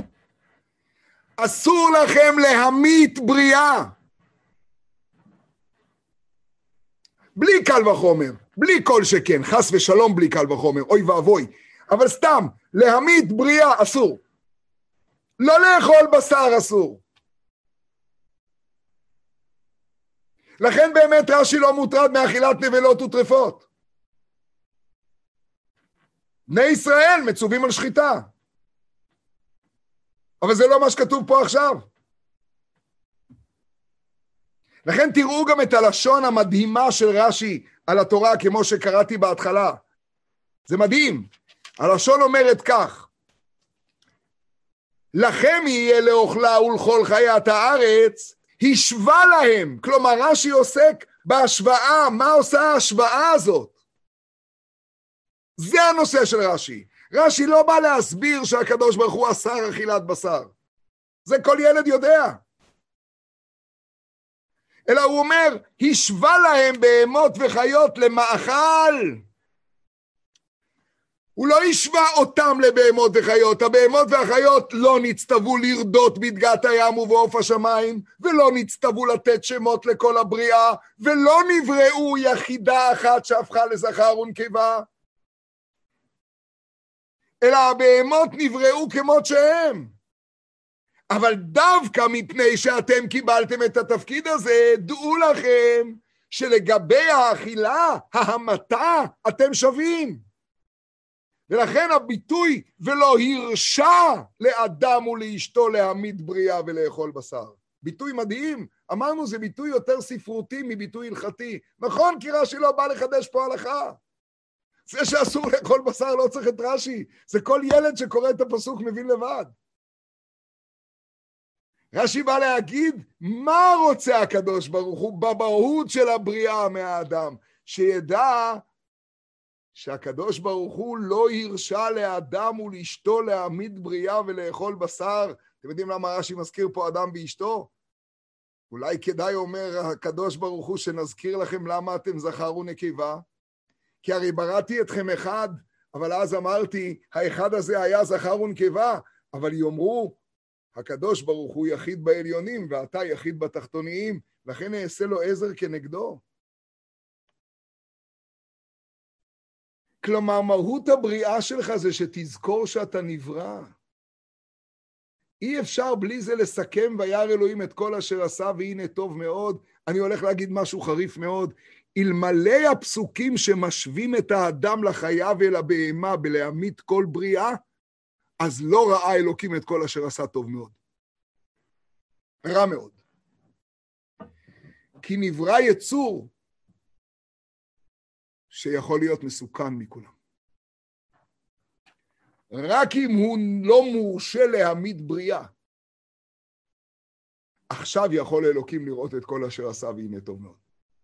אסור לכם להמית בריאה. בלי קל וחומר, בלי כל שכן, חס ושלום בלי קל וחומר, אוי ואבוי. אבל סתם, להמית בריאה אסור. לא לאכול בשר אסור. לכן באמת רש"י לא מוטרד מאכילת נבלות וטרפות. בני ישראל מצווים על שחיטה. אבל זה לא מה שכתוב פה עכשיו. לכן תראו גם את הלשון המדהימה של רש"י על התורה, כמו שקראתי בהתחלה. זה מדהים. הלשון אומרת כך, לכם יהיה לאוכלה ולכל חיית הארץ, השווה להם. כלומר, רש"י עוסק בהשוואה. מה עושה ההשוואה הזאת? זה הנושא של רש"י. רש"י לא בא להסביר שהקדוש ברוך הוא אסר אכילת בשר. זה כל ילד יודע. אלא הוא אומר, השווה להם בהמות וחיות למאכל. הוא לא השווה אותם לבהמות וחיות, הבהמות והחיות לא נצטוו לרדות בדגת הים ובעוף השמיים, ולא נצטוו לתת שמות לכל הבריאה, ולא נבראו יחידה אחת שהפכה לזכר ונקבה, אלא הבהמות נבראו כמות שהם. אבל דווקא מפני שאתם קיבלתם את התפקיד הזה, דעו לכם שלגבי האכילה, ההמתה, אתם שווים. ולכן הביטוי ולא הרשה לאדם ולאשתו להעמיד בריאה ולאכול בשר. ביטוי מדהים, אמרנו זה ביטוי יותר ספרותי מביטוי הלכתי. נכון, כי רש"י לא בא לחדש פה הלכה. זה שאסור לאכול בשר לא צריך את רש"י, זה כל ילד שקורא את הפסוק מבין לבד. רש"י בא להגיד מה רוצה הקדוש ברוך הוא במהות של הבריאה מהאדם, שידע שהקדוש ברוך הוא לא הרשה לאדם ולאשתו להעמיד בריאה ולאכול בשר. אתם יודעים למה רש"י מזכיר פה אדם באשתו? אולי כדאי אומר הקדוש ברוך הוא שנזכיר לכם למה אתם זכר ונקבה, כי הרי בראתי אתכם אחד, אבל אז אמרתי האחד הזה היה זכר ונקבה, אבל יאמרו הקדוש ברוך הוא יחיד בעליונים ואתה יחיד בתחתוניים, לכן אעשה לו עזר כנגדו. כלומר, מהות הבריאה שלך זה שתזכור שאתה נברא. אי אפשר בלי זה לסכם וירא אלוהים את כל אשר עשה והנה טוב מאוד. אני הולך להגיד משהו חריף מאוד. אלמלא הפסוקים שמשווים את האדם לחיה ולבהמה בלהמית כל בריאה, אז לא ראה אלוקים את כל אשר עשה טוב מאוד. רע מאוד. כי נברא יצור שיכול להיות מסוכן מכולם. רק אם הוא לא מורשה להעמיד בריאה, עכשיו יכול אלוקים לראות את כל אשר עשה והנה טוב מאוד.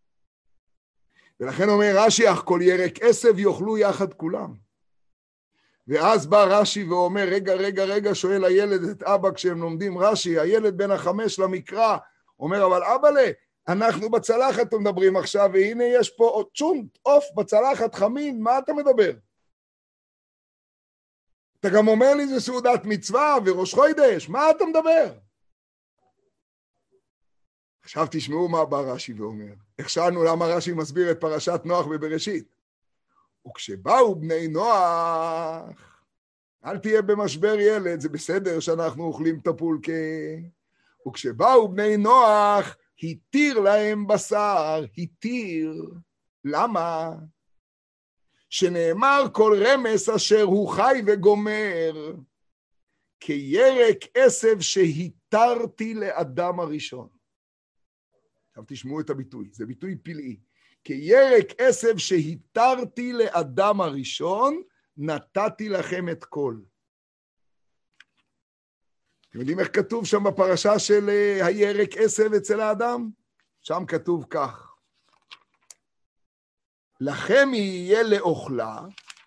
ולכן אומר רש"י, אך כל ירק עשב יאכלו יחד כולם. ואז בא רש"י ואומר, רגע, רגע, רגע, שואל הילד את אבא כשהם לומדים רש"י, הילד בן החמש למקרא, אומר, אבל אבא לה, אנחנו בצלחת מדברים עכשיו, והנה יש פה עוד צ'ונט, עוף בצלחת חמין, מה אתה מדבר? אתה גם אומר לי זה סעודת מצווה וראש חודש, מה אתה מדבר? עכשיו תשמעו מה בא רש"י ואומר. איך שאלנו למה רש"י מסביר את פרשת נוח בבראשית. וכשבאו בני נוח, אל תהיה במשבר ילד, זה בסדר שאנחנו אוכלים את הפולקה. וכשבאו בני נוח, התיר להם בשר, התיר. למה? שנאמר כל רמס אשר הוא חי וגומר, כירק עשב שהתרתי לאדם הראשון. עכשיו תשמעו את הביטוי, זה ביטוי פלאי. כירק עשב שהתרתי לאדם הראשון, נתתי לכם את כל. אתם יודעים איך כתוב שם בפרשה של הירק עשב אצל האדם? שם כתוב כך. לכם יהיה לאוכלה,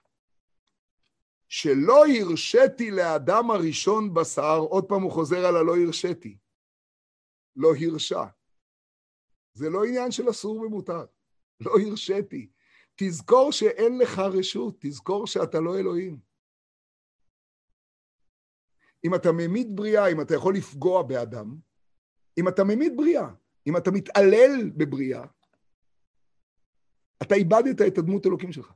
שלא הרשיתי לאדם הראשון בשר, עוד פעם הוא חוזר על הלא הרשיתי, לא הרשה. זה לא עניין של אסור ומותר, לא הרשיתי. תזכור שאין לך רשות, תזכור שאתה לא אלוהים. אם אתה ממית בריאה, אם אתה יכול לפגוע באדם, אם אתה ממית בריאה, אם אתה מתעלל בבריאה, אתה איבדת את הדמות אלוקים שלך.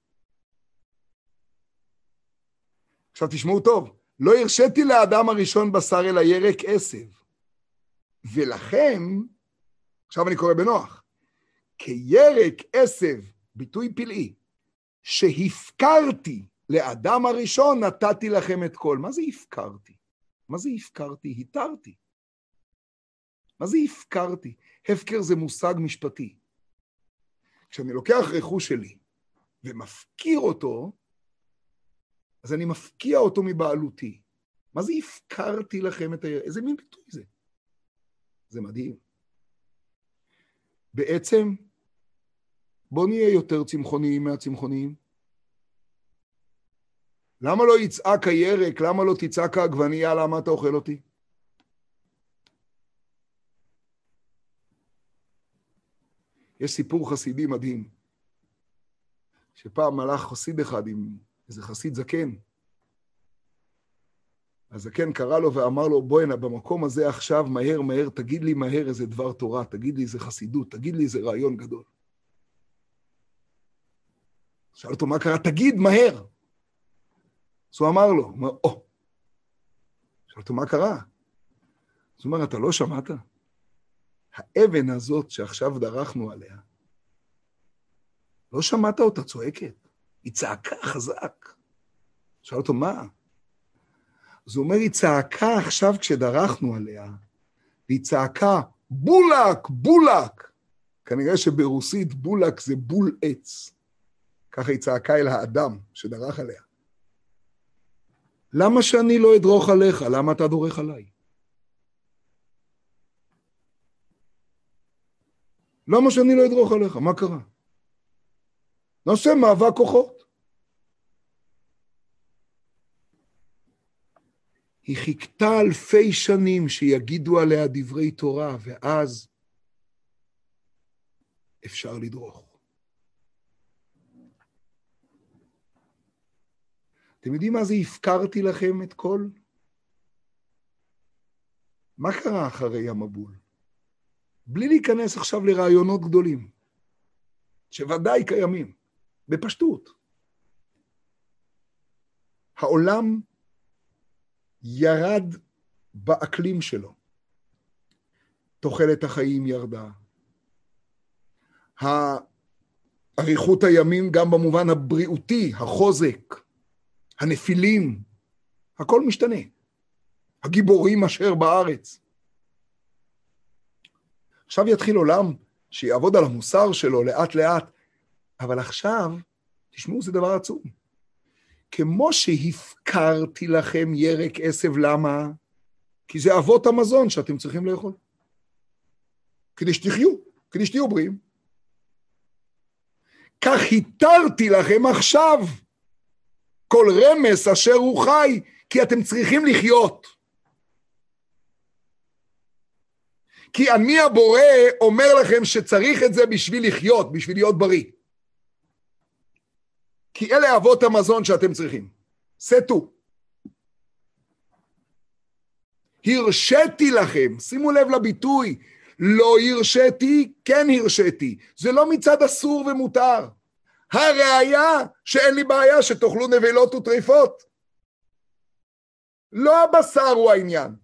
עכשיו תשמעו טוב, לא הרשיתי לאדם הראשון בשר אלא ירק עשב. ולכם, עכשיו אני קורא בנוח, כירק עשב, ביטוי פלאי, שהפקרתי לאדם הראשון נתתי לכם את כל. מה זה הפקרתי? מה זה הפקרתי? התרתי. מה זה הפקרתי? הפקר זה מושג משפטי. כשאני לוקח רכוש שלי ומפקיר אותו, אז אני מפקיע אותו מבעלותי. מה זה הפקרתי לכם את ה... איזה מין ביטוי זה? זה מדהים. בעצם, בוא נהיה יותר צמחוניים מהצמחוניים. למה לא יצעק הירק? למה לא תצעק העגבנייה? למה אתה אוכל אותי? יש סיפור חסידי מדהים, שפעם הלך חסיד אחד עם איזה חסיד זקן, הזקן קרא לו ואמר לו, בואי הנה, במקום הזה עכשיו, מהר מהר, תגיד לי מהר איזה דבר תורה, תגיד לי איזה חסידות, תגיד לי איזה רעיון גדול. שאל אותו, מה קרה? תגיד מהר. אז הוא אמר לו, הוא אומר, או. שאל אותו, מה קרה? אז הוא אומר, אתה לא שמעת? האבן הזאת שעכשיו דרכנו עליה, לא שמעת אותה צועקת? היא צעקה חזק. שאל אותו, מה? אז הוא אומר, היא צעקה עכשיו כשדרכנו עליה, והיא צעקה, בולק, בולק. כנראה שברוסית בולק זה בול עץ. ככה היא צעקה אל האדם שדרך עליה. למה שאני לא אדרוך עליך? למה אתה דורך עליי? למה שאני לא אדרוך עליך? מה קרה? נעשה מאבק כוחות. היא חיכתה אלפי שנים שיגידו עליה דברי תורה, ואז אפשר לדרוך. אתם יודעים מה זה הפקרתי לכם את כל? מה קרה אחרי המבול? בלי להיכנס עכשיו לרעיונות גדולים, שוודאי קיימים, בפשטות. העולם ירד באקלים שלו. תוחלת החיים ירדה. האריכות הימים גם במובן הבריאותי, החוזק, הנפילים, הכל משתנה. הגיבורים אשר בארץ. עכשיו יתחיל עולם שיעבוד על המוסר שלו לאט לאט, אבל עכשיו, תשמעו, זה דבר עצום. כמו שהפקרתי לכם ירק עשב, למה? כי זה אבות המזון שאתם צריכים לאכול. כדי שתחיו, כדי שתהיו בריאים. כך התרתי לכם עכשיו כל רמס אשר הוא חי, כי אתם צריכים לחיות. כי אני הבורא אומר לכם שצריך את זה בשביל לחיות, בשביל להיות בריא. כי אלה אבות המזון שאתם צריכים. סטו. הרשיתי לכם, שימו לב לביטוי, לא הרשיתי, כן הרשיתי. זה לא מצד אסור ומותר. הראיה שאין לי בעיה שתאכלו נבלות וטריפות. לא הבשר הוא העניין.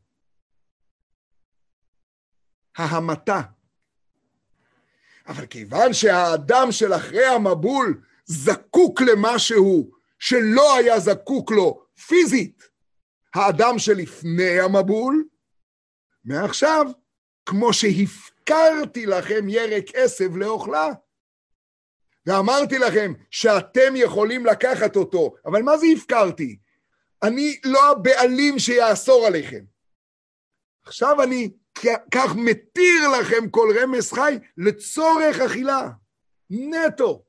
ההמתה. אבל כיוון שהאדם של אחרי המבול זקוק למשהו שלא היה זקוק לו פיזית, האדם שלפני המבול, מעכשיו, כמו שהפקרתי לכם ירק עשב לאוכלה, ואמרתי לכם שאתם יכולים לקחת אותו, אבל מה זה הפקרתי? אני לא הבעלים שיאסור עליכם. עכשיו אני כך מתיר לכם כל רמס חי לצורך אכילה, נטו.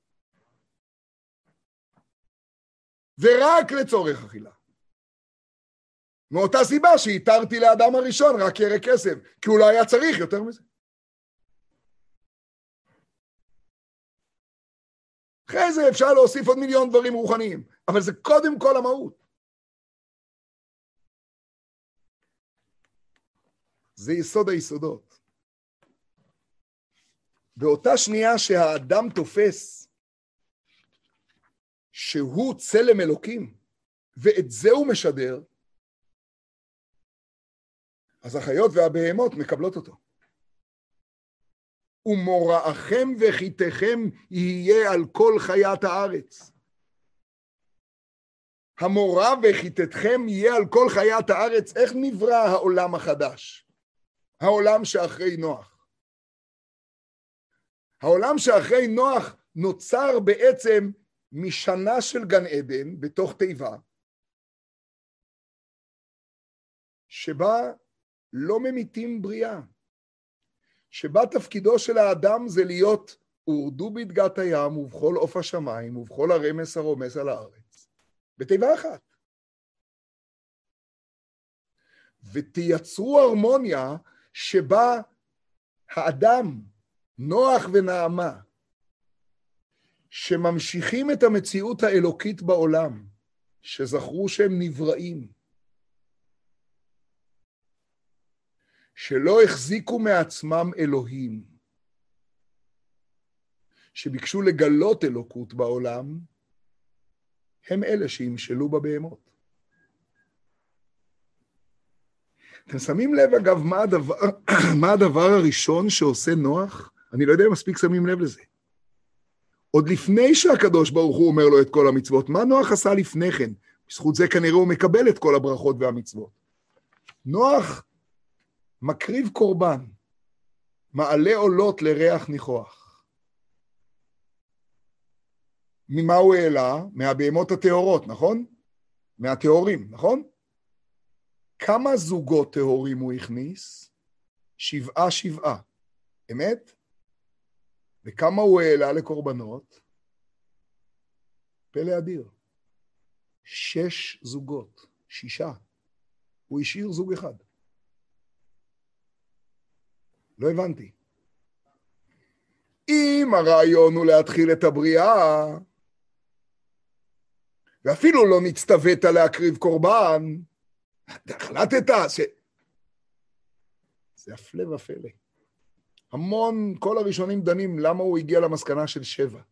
ורק לצורך אכילה. מאותה סיבה שהתרתי לאדם הראשון רק ירק עשב, כי הוא לא היה צריך יותר מזה. אחרי זה אפשר להוסיף עוד מיליון דברים רוחניים, אבל זה קודם כל המהות. זה יסוד היסודות. באותה שנייה שהאדם תופס שהוא צלם אלוקים, ואת זה הוא משדר, אז החיות והבהמות מקבלות אותו. ומוראכם וחיתכם יהיה על כל חיית הארץ. המורא וחיתתכם יהיה על כל חיית הארץ. איך נברא העולם החדש? העולם שאחרי נוח. העולם שאחרי נוח נוצר בעצם משנה של גן עדן בתוך תיבה, שבה לא ממיתים בריאה, שבה תפקידו של האדם זה להיות ורדו בדגת הים ובכל עוף השמיים ובכל הרמס הרומס על הארץ, בתיבה אחת. ותייצרו הרמוניה שבה האדם נוח ונעמה, שממשיכים את המציאות האלוקית בעולם, שזכרו שהם נבראים, שלא החזיקו מעצמם אלוהים, שביקשו לגלות אלוקות בעולם, הם אלה שימשלו בבהמות. אתם שמים לב, אגב, מה הדבר, מה הדבר הראשון שעושה נוח? אני לא יודע אם מספיק שמים לב לזה. עוד לפני שהקדוש ברוך הוא אומר לו את כל המצוות, מה נוח עשה לפני כן? בזכות זה כנראה הוא מקבל את כל הברכות והמצוות. נוח מקריב קורבן, מעלה עולות לריח ניחוח. ממה הוא העלה? מהבהמות הטהורות, נכון? מהטהורים, נכון? כמה זוגות טהורים הוא הכניס? שבעה שבעה. אמת? וכמה הוא העלה לקורבנות? פלא אדיר. שש זוגות, שישה. הוא השאיר זוג אחד. לא הבנתי. אם הרעיון הוא להתחיל את הבריאה, ואפילו לא נצטוות להקריב קורבן, החלטת ש... זה הפלא ופלא. המון, כל הראשונים דנים למה הוא הגיע למסקנה של שבע.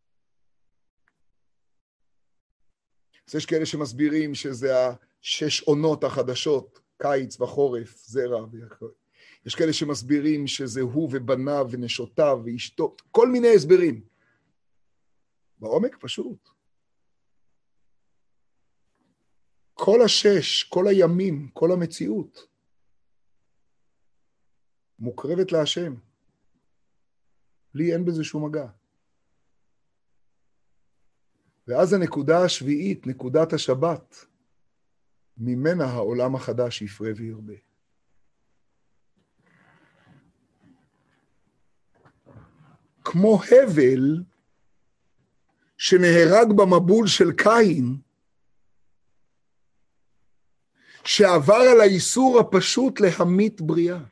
אז יש כאלה שמסבירים שזה השש עונות החדשות, קיץ וחורף, זרע ויחד. יש כאלה שמסבירים שזה הוא ובניו ונשותיו ואשתו, כל מיני הסברים. בעומק פשוט. כל השש, כל הימים, כל המציאות, מוקרבת להשם. לי אין בזה שום מגע. ואז הנקודה השביעית, נקודת השבת, ממנה העולם החדש יפרה וירבה. כמו הבל שנהרג במבול של קין, שעבר על האיסור הפשוט להמית בריאה.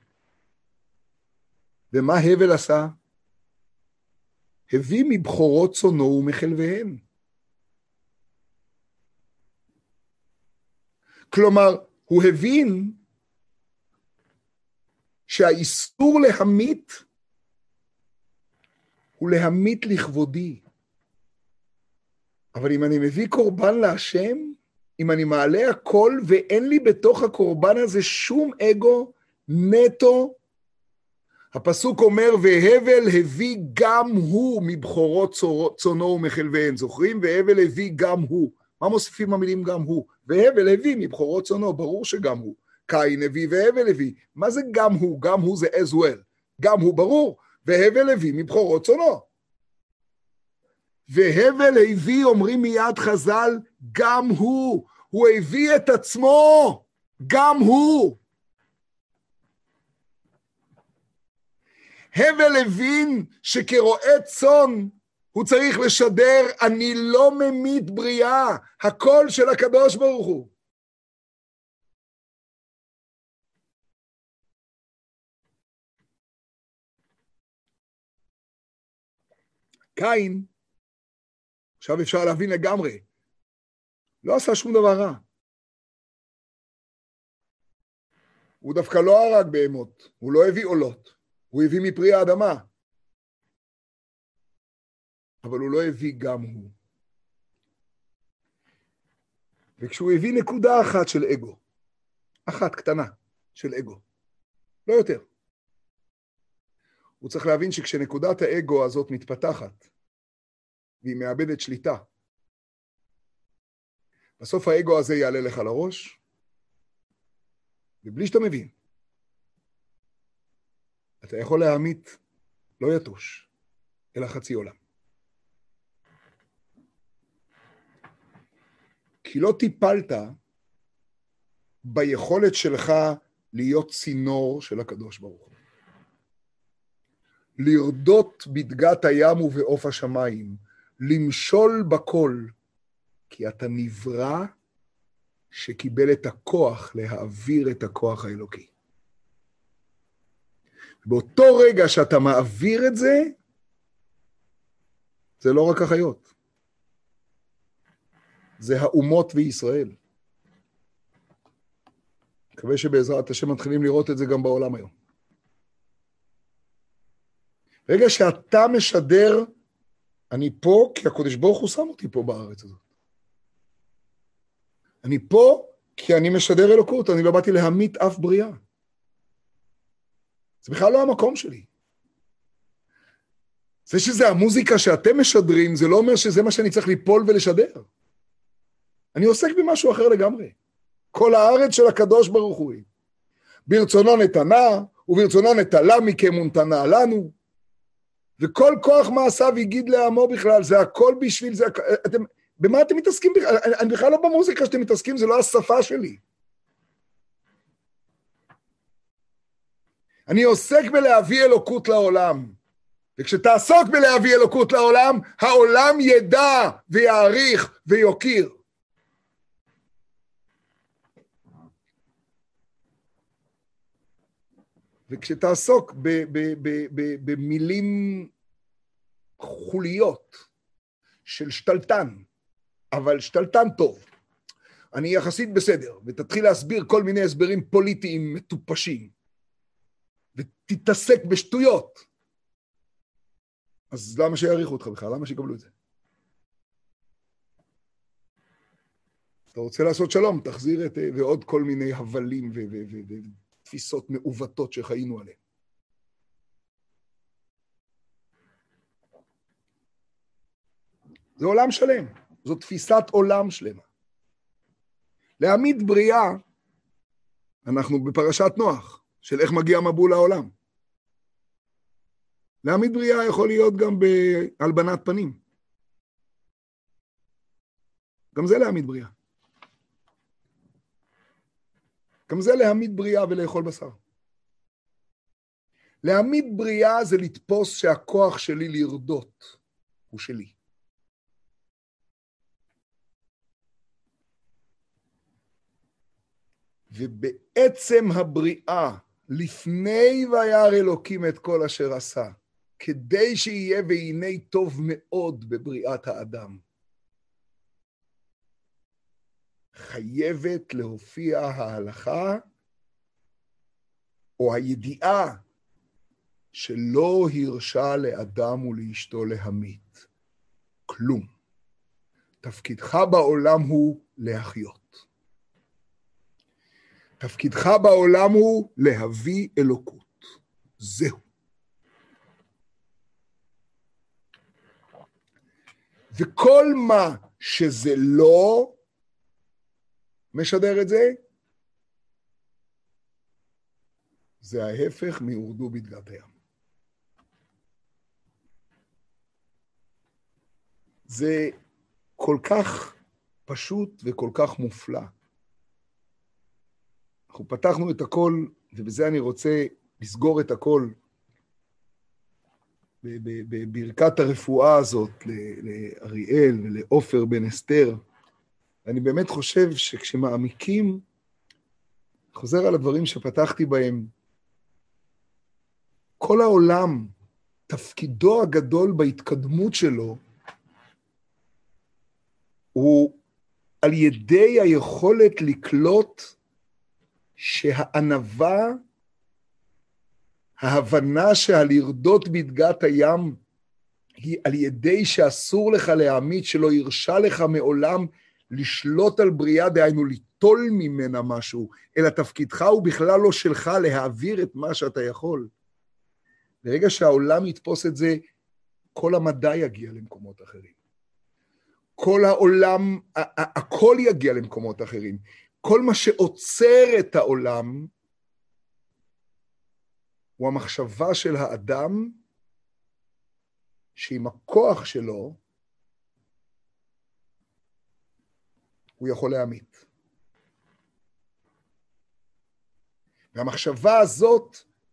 ומה הבל עשה? הביא מבחורות צונו ומחלביהם. כלומר, הוא הבין שהאיסור להמית הוא להמית לכבודי. אבל אם אני מביא קורבן להשם, אם אני מעלה הכל ואין לי בתוך הקורבן הזה שום אגו נטו, הפסוק אומר, והבל הביא גם הוא מבחורות צונו ומחלביהן. זוכרים? והבל הביא גם הוא. מה מוסיפים המילים גם הוא? והבל הביא מבחורות צונו, ברור שגם הוא. קין הביא והבל הביא. מה זה גם הוא? גם הוא זה as well. גם הוא ברור. והבל הביא מבחורות צונו. והבל הביא, אומרים מיד חז"ל, גם הוא. הוא הביא את עצמו. גם הוא. הבל הבין שכרועה צאן הוא צריך לשדר, אני לא ממית בריאה, הכל של הקדוש ברוך הוא. קין, עכשיו אפשר להבין לגמרי, לא עשה שום דבר רע. הוא דווקא לא הרג בהמות, הוא לא הביא עולות, הוא הביא מפרי האדמה. אבל הוא לא הביא גם הוא. וכשהוא הביא נקודה אחת של אגו, אחת קטנה של אגו, לא יותר. הוא צריך להבין שכשנקודת האגו הזאת מתפתחת, והיא מאבדת שליטה, בסוף האגו הזה יעלה לך לראש, ובלי שאתה מבין, אתה יכול להמית לא יתוש, אלא חצי עולם. כי לא טיפלת ביכולת שלך להיות צינור של הקדוש ברוך הוא. לרדות בדגת הים ובעוף השמיים, למשול בכל, כי אתה נברא שקיבל את הכוח להעביר את הכוח האלוקי. באותו רגע שאתה מעביר את זה, זה לא רק החיות. זה האומות וישראל. מקווה שבעזרת השם מתחילים לראות את זה גם בעולם היום. רגע שאתה משדר, אני פה כי הקדוש ברוך הוא שם אותי פה בארץ הזאת. אני פה כי אני משדר אלוקות, אני לא באתי להמית אף בריאה. זה בכלל לא המקום שלי. זה שזה המוזיקה שאתם משדרים, זה לא אומר שזה מה שאני צריך ליפול ולשדר. אני עוסק במשהו אחר לגמרי. כל הארץ של הקדוש ברוך הוא. ברצונו נתנה, וברצונו נטלה מכם ונתנה לנו. וכל כוח מעשיו יגיד לעמו בכלל, זה הכל בשביל זה. אתם, במה אתם מתעסקים בכלל? אני, אני בכלל לא במוזיקה שאתם מתעסקים, זה לא השפה שלי. אני עוסק בלהביא אלוקות לעולם. וכשתעסוק בלהביא אלוקות לעולם, העולם ידע ויעריך ויוקיר. וכשתעסוק במילים חוליות של שתלטן, אבל שתלטן טוב, אני יחסית בסדר, ותתחיל להסביר כל מיני הסברים פוליטיים מטופשים, ותתעסק בשטויות, אז למה שיעריכו אותך בכלל? למה שיקבלו את זה? אתה רוצה לעשות שלום, תחזיר את, ועוד כל מיני הבלים ו... ו, ו, ו תפיסות מעוותות שחיינו עליהן. זה עולם שלם, זו תפיסת עולם שלמה. להעמיד בריאה, אנחנו בפרשת נוח, של איך מגיע מבול לעולם. להעמיד בריאה יכול להיות גם בהלבנת פנים. גם זה להעמיד בריאה. גם זה להעמיד בריאה ולאכול בשר. להעמיד בריאה זה לתפוס שהכוח שלי לרדות הוא שלי. ובעצם הבריאה, לפני וירא אלוקים את כל אשר עשה, כדי שיהיה והנה טוב מאוד בבריאת האדם, חייבת להופיע ההלכה, או הידיעה, שלא הרשה לאדם ולאשתו להמית. כלום. תפקידך בעולם הוא להחיות. תפקידך בעולם הוא להביא אלוקות. זהו. וכל מה שזה לא משדר את זה, זה ההפך מהורדו בדגת הים. זה כל כך פשוט וכל כך מופלא. אנחנו פתחנו את הכל, ובזה אני רוצה לסגור את הכל, בברכת הרפואה הזאת לאריאל ולעופר בן אסתר. אני באמת חושב שכשמעמיקים, חוזר על הדברים שפתחתי בהם, כל העולם, תפקידו הגדול בהתקדמות שלו, הוא על ידי היכולת לקלוט שהענווה, ההבנה שהלרדות בדגת הים, היא על ידי שאסור לך להעמיד, שלא ירשה לך מעולם לשלוט על בריאה, דהיינו ליטול ממנה משהו, אלא תפקידך הוא בכלל לא שלך להעביר את מה שאתה יכול. ברגע שהעולם יתפוס את זה, כל המדע יגיע למקומות אחרים. כל העולם, הכל יגיע למקומות אחרים. כל מה שעוצר את העולם, הוא המחשבה של האדם, שעם הכוח שלו, הוא יכול להמית. והמחשבה הזאת,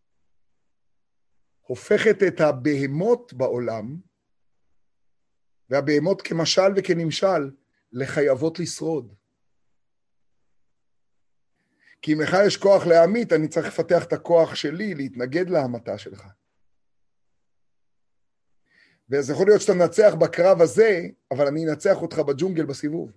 הופכת את הבהמות בעולם, והבהמות כמשל וכנמשל, לחייבות לשרוד. כי אם לך יש כוח להמית, אני צריך לפתח את הכוח שלי, להתנגד להמתה שלך. ואז יכול להיות שאתה מנצח בקרב הזה, אבל אני אנצח אותך בג'ונגל בסיבוב.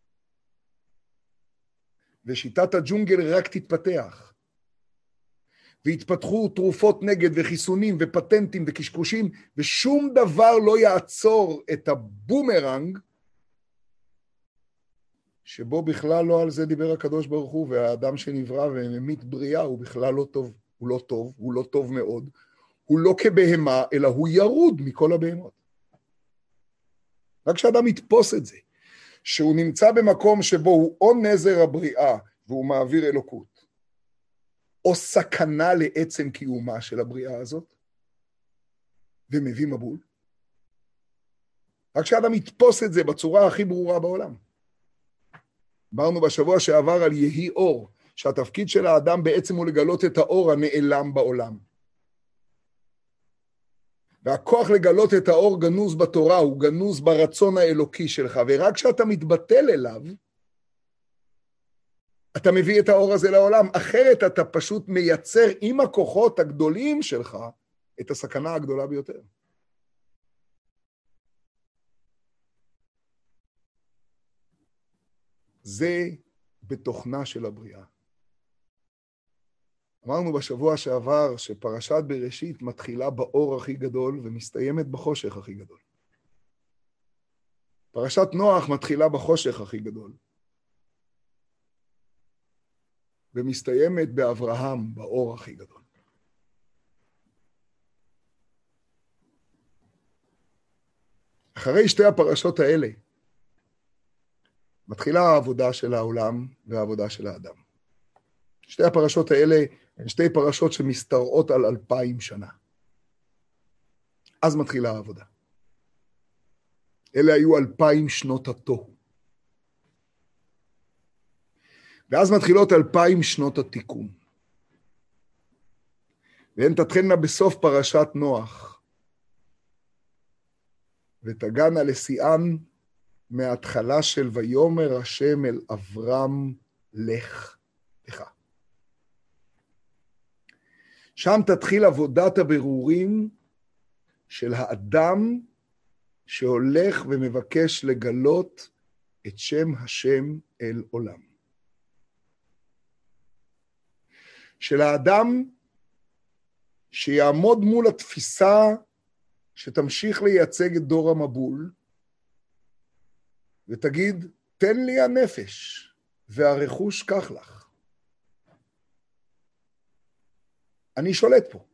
ושיטת הג'ונגל רק תתפתח. והתפתחו תרופות נגד וחיסונים ופטנטים וקשקושים, ושום דבר לא יעצור את הבומרנג, שבו בכלל לא על זה דיבר הקדוש ברוך הוא, והאדם שנברא וממית בריאה הוא בכלל לא טוב, הוא לא טוב, הוא לא טוב מאוד, הוא לא כבהמה, אלא הוא ירוד מכל הבהמות. רק כשאדם יתפוס את זה, שהוא נמצא במקום שבו הוא או נזר הבריאה, והוא מעביר אלוקות, או סכנה לעצם קיומה של הבריאה הזאת, ומביא מבול. רק כשאדם יתפוס את זה בצורה הכי ברורה בעולם. אמרנו בשבוע שעבר על יהי אור, שהתפקיד של האדם בעצם הוא לגלות את האור הנעלם בעולם. והכוח לגלות את האור גנוז בתורה, הוא גנוז ברצון האלוקי שלך, ורק כשאתה מתבטל אליו, אתה מביא את האור הזה לעולם, אחרת אתה פשוט מייצר עם הכוחות הגדולים שלך את הסכנה הגדולה ביותר. זה בתוכנה של הבריאה. אמרנו בשבוע שעבר שפרשת בראשית מתחילה באור הכי גדול ומסתיימת בחושך הכי גדול. פרשת נוח מתחילה בחושך הכי גדול. ומסתיימת באברהם באור הכי גדול. אחרי שתי הפרשות האלה, מתחילה העבודה של העולם והעבודה של האדם. שתי הפרשות האלה הן שתי פרשות שמסתרעות על אלפיים שנה. אז מתחילה העבודה. אלה היו אלפיים שנות התוהו. ואז מתחילות אלפיים שנות התיקון. והן תתחלנה בסוף פרשת נוח, ותגענה לשיאן מההתחלה של ויאמר השם אל אברהם לך לך. שם תתחיל עבודת הבירורים של האדם שהולך ומבקש לגלות את שם השם אל עולם. של האדם שיעמוד מול התפיסה שתמשיך לייצג את דור המבול, ותגיד, תן לי הנפש, והרכוש כך לך. אני שולט פה.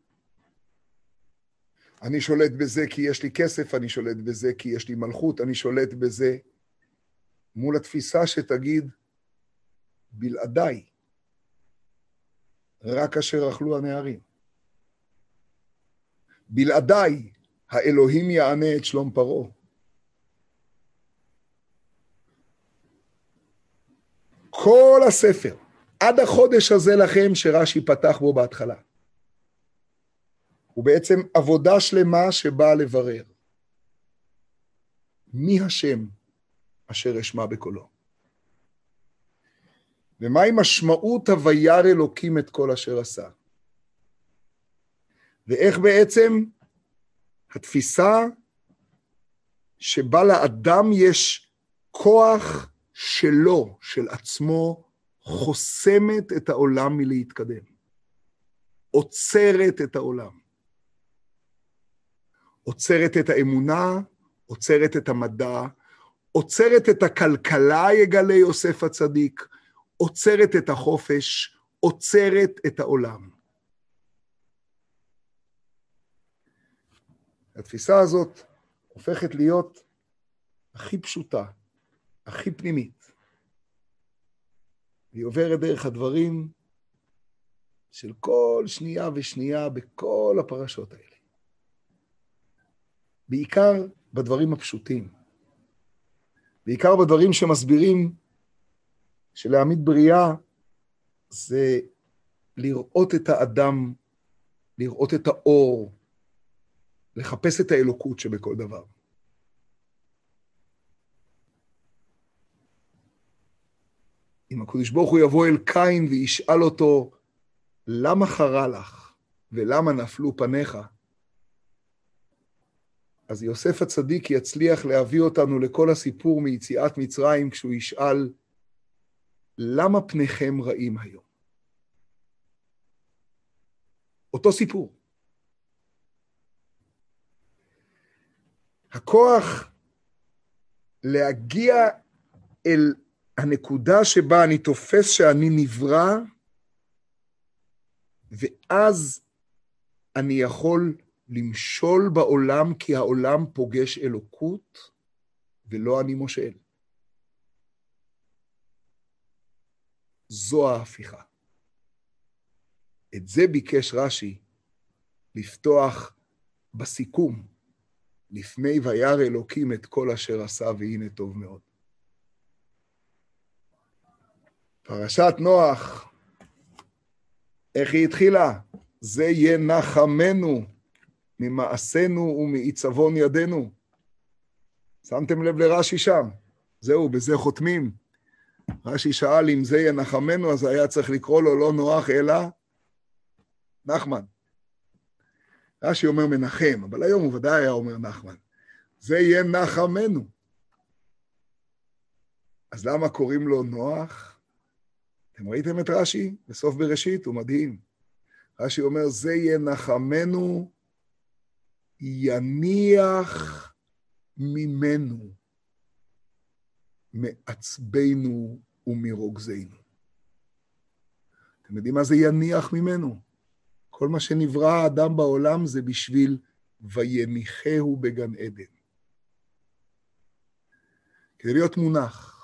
אני שולט בזה כי יש לי כסף, אני שולט בזה כי יש לי מלכות, אני שולט בזה מול התפיסה שתגיד, בלעדיי, רק אשר אכלו הנערים. בלעדיי, האלוהים יענה את שלום פרעה. כל הספר, עד החודש הזה לכם שרש"י פתח בו בהתחלה, הוא בעצם עבודה שלמה שבאה לברר. מי השם אשר אשמע בקולו? ומהי משמעות הויר אלוקים את כל אשר עשה? ואיך בעצם התפיסה שבה לאדם יש כוח שלו, של עצמו, חוסמת את העולם מלהתקדם. עוצרת את העולם. עוצרת את האמונה, עוצרת את המדע, עוצרת את הכלכלה, יגלה יוסף הצדיק, עוצרת את החופש, עוצרת את העולם. התפיסה הזאת הופכת להיות הכי פשוטה, הכי פנימית. היא עוברת דרך הדברים של כל שנייה ושנייה בכל הפרשות האלה. בעיקר בדברים הפשוטים. בעיקר בדברים שמסבירים שלהעמיד בריאה זה לראות את האדם, לראות את האור, לחפש את האלוקות שבכל דבר. אם הקדוש ברוך הוא יבוא אל קין וישאל אותו, למה חרה לך ולמה נפלו פניך? אז יוסף הצדיק יצליח להביא אותנו לכל הסיפור מיציאת מצרים, כשהוא ישאל, למה פניכם רעים היום? אותו סיפור. הכוח להגיע אל הנקודה שבה אני תופס שאני נברא, ואז אני יכול למשול בעולם, כי העולם פוגש אלוקות, ולא אני מושל. זו ההפיכה. את זה ביקש רש"י לפתוח בסיכום, לפני וירא אלוקים את כל אשר עשה, והנה טוב מאוד. פרשת נוח, איך היא התחילה? זה ינחמנו ממעשינו ומעיצבון ידינו. שמתם לב לרש"י שם? זהו, בזה חותמים. רש"י שאל אם זה ינחמנו, אז היה צריך לקרוא לו לא נוח אלא נחמן. רש"י אומר מנחם, אבל היום הוא ודאי היה אומר נחמן. זה ינחמנו. אז למה קוראים לו נוח? אתם ראיתם את רש"י? בסוף בראשית, הוא מדהים. רש"י אומר, זה ינחמנו, יניח ממנו, מעצבנו ומרוגזנו. אתם יודעים מה זה יניח ממנו? כל מה שנברא האדם בעולם זה בשביל ויניחהו בגן עדן. כדי להיות מונח,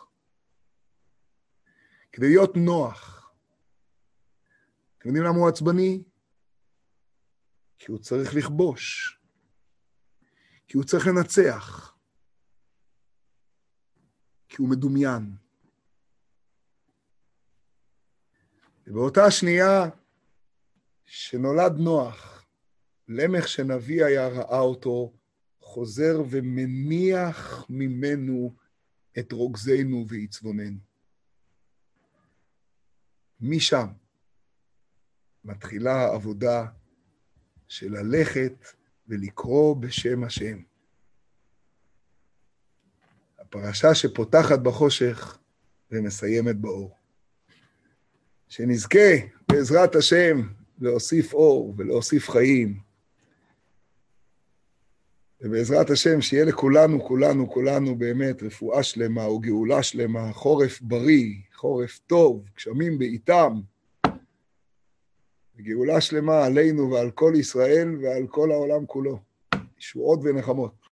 כדי להיות נוח. אתם יודעים למה הוא עצבני? כי הוא צריך לכבוש. כי הוא צריך לנצח. כי הוא מדומיין. ובאותה שנייה שנולד נוח, למך שנביא היה ראה אותו, חוזר ומניח ממנו את רוגזנו ועצבוננו. משם מתחילה העבודה של ללכת ולקרוא בשם השם. הפרשה שפותחת בחושך ומסיימת באור. שנזכה בעזרת השם להוסיף אור ולהוסיף חיים. ובעזרת השם שיהיה לכולנו, כולנו, כולנו באמת רפואה שלמה או גאולה שלמה, חורף בריא, חורף טוב, גשמים בעיתם. וגאולה שלמה עלינו ועל כל ישראל ועל כל העולם כולו. ישועות ונחמות.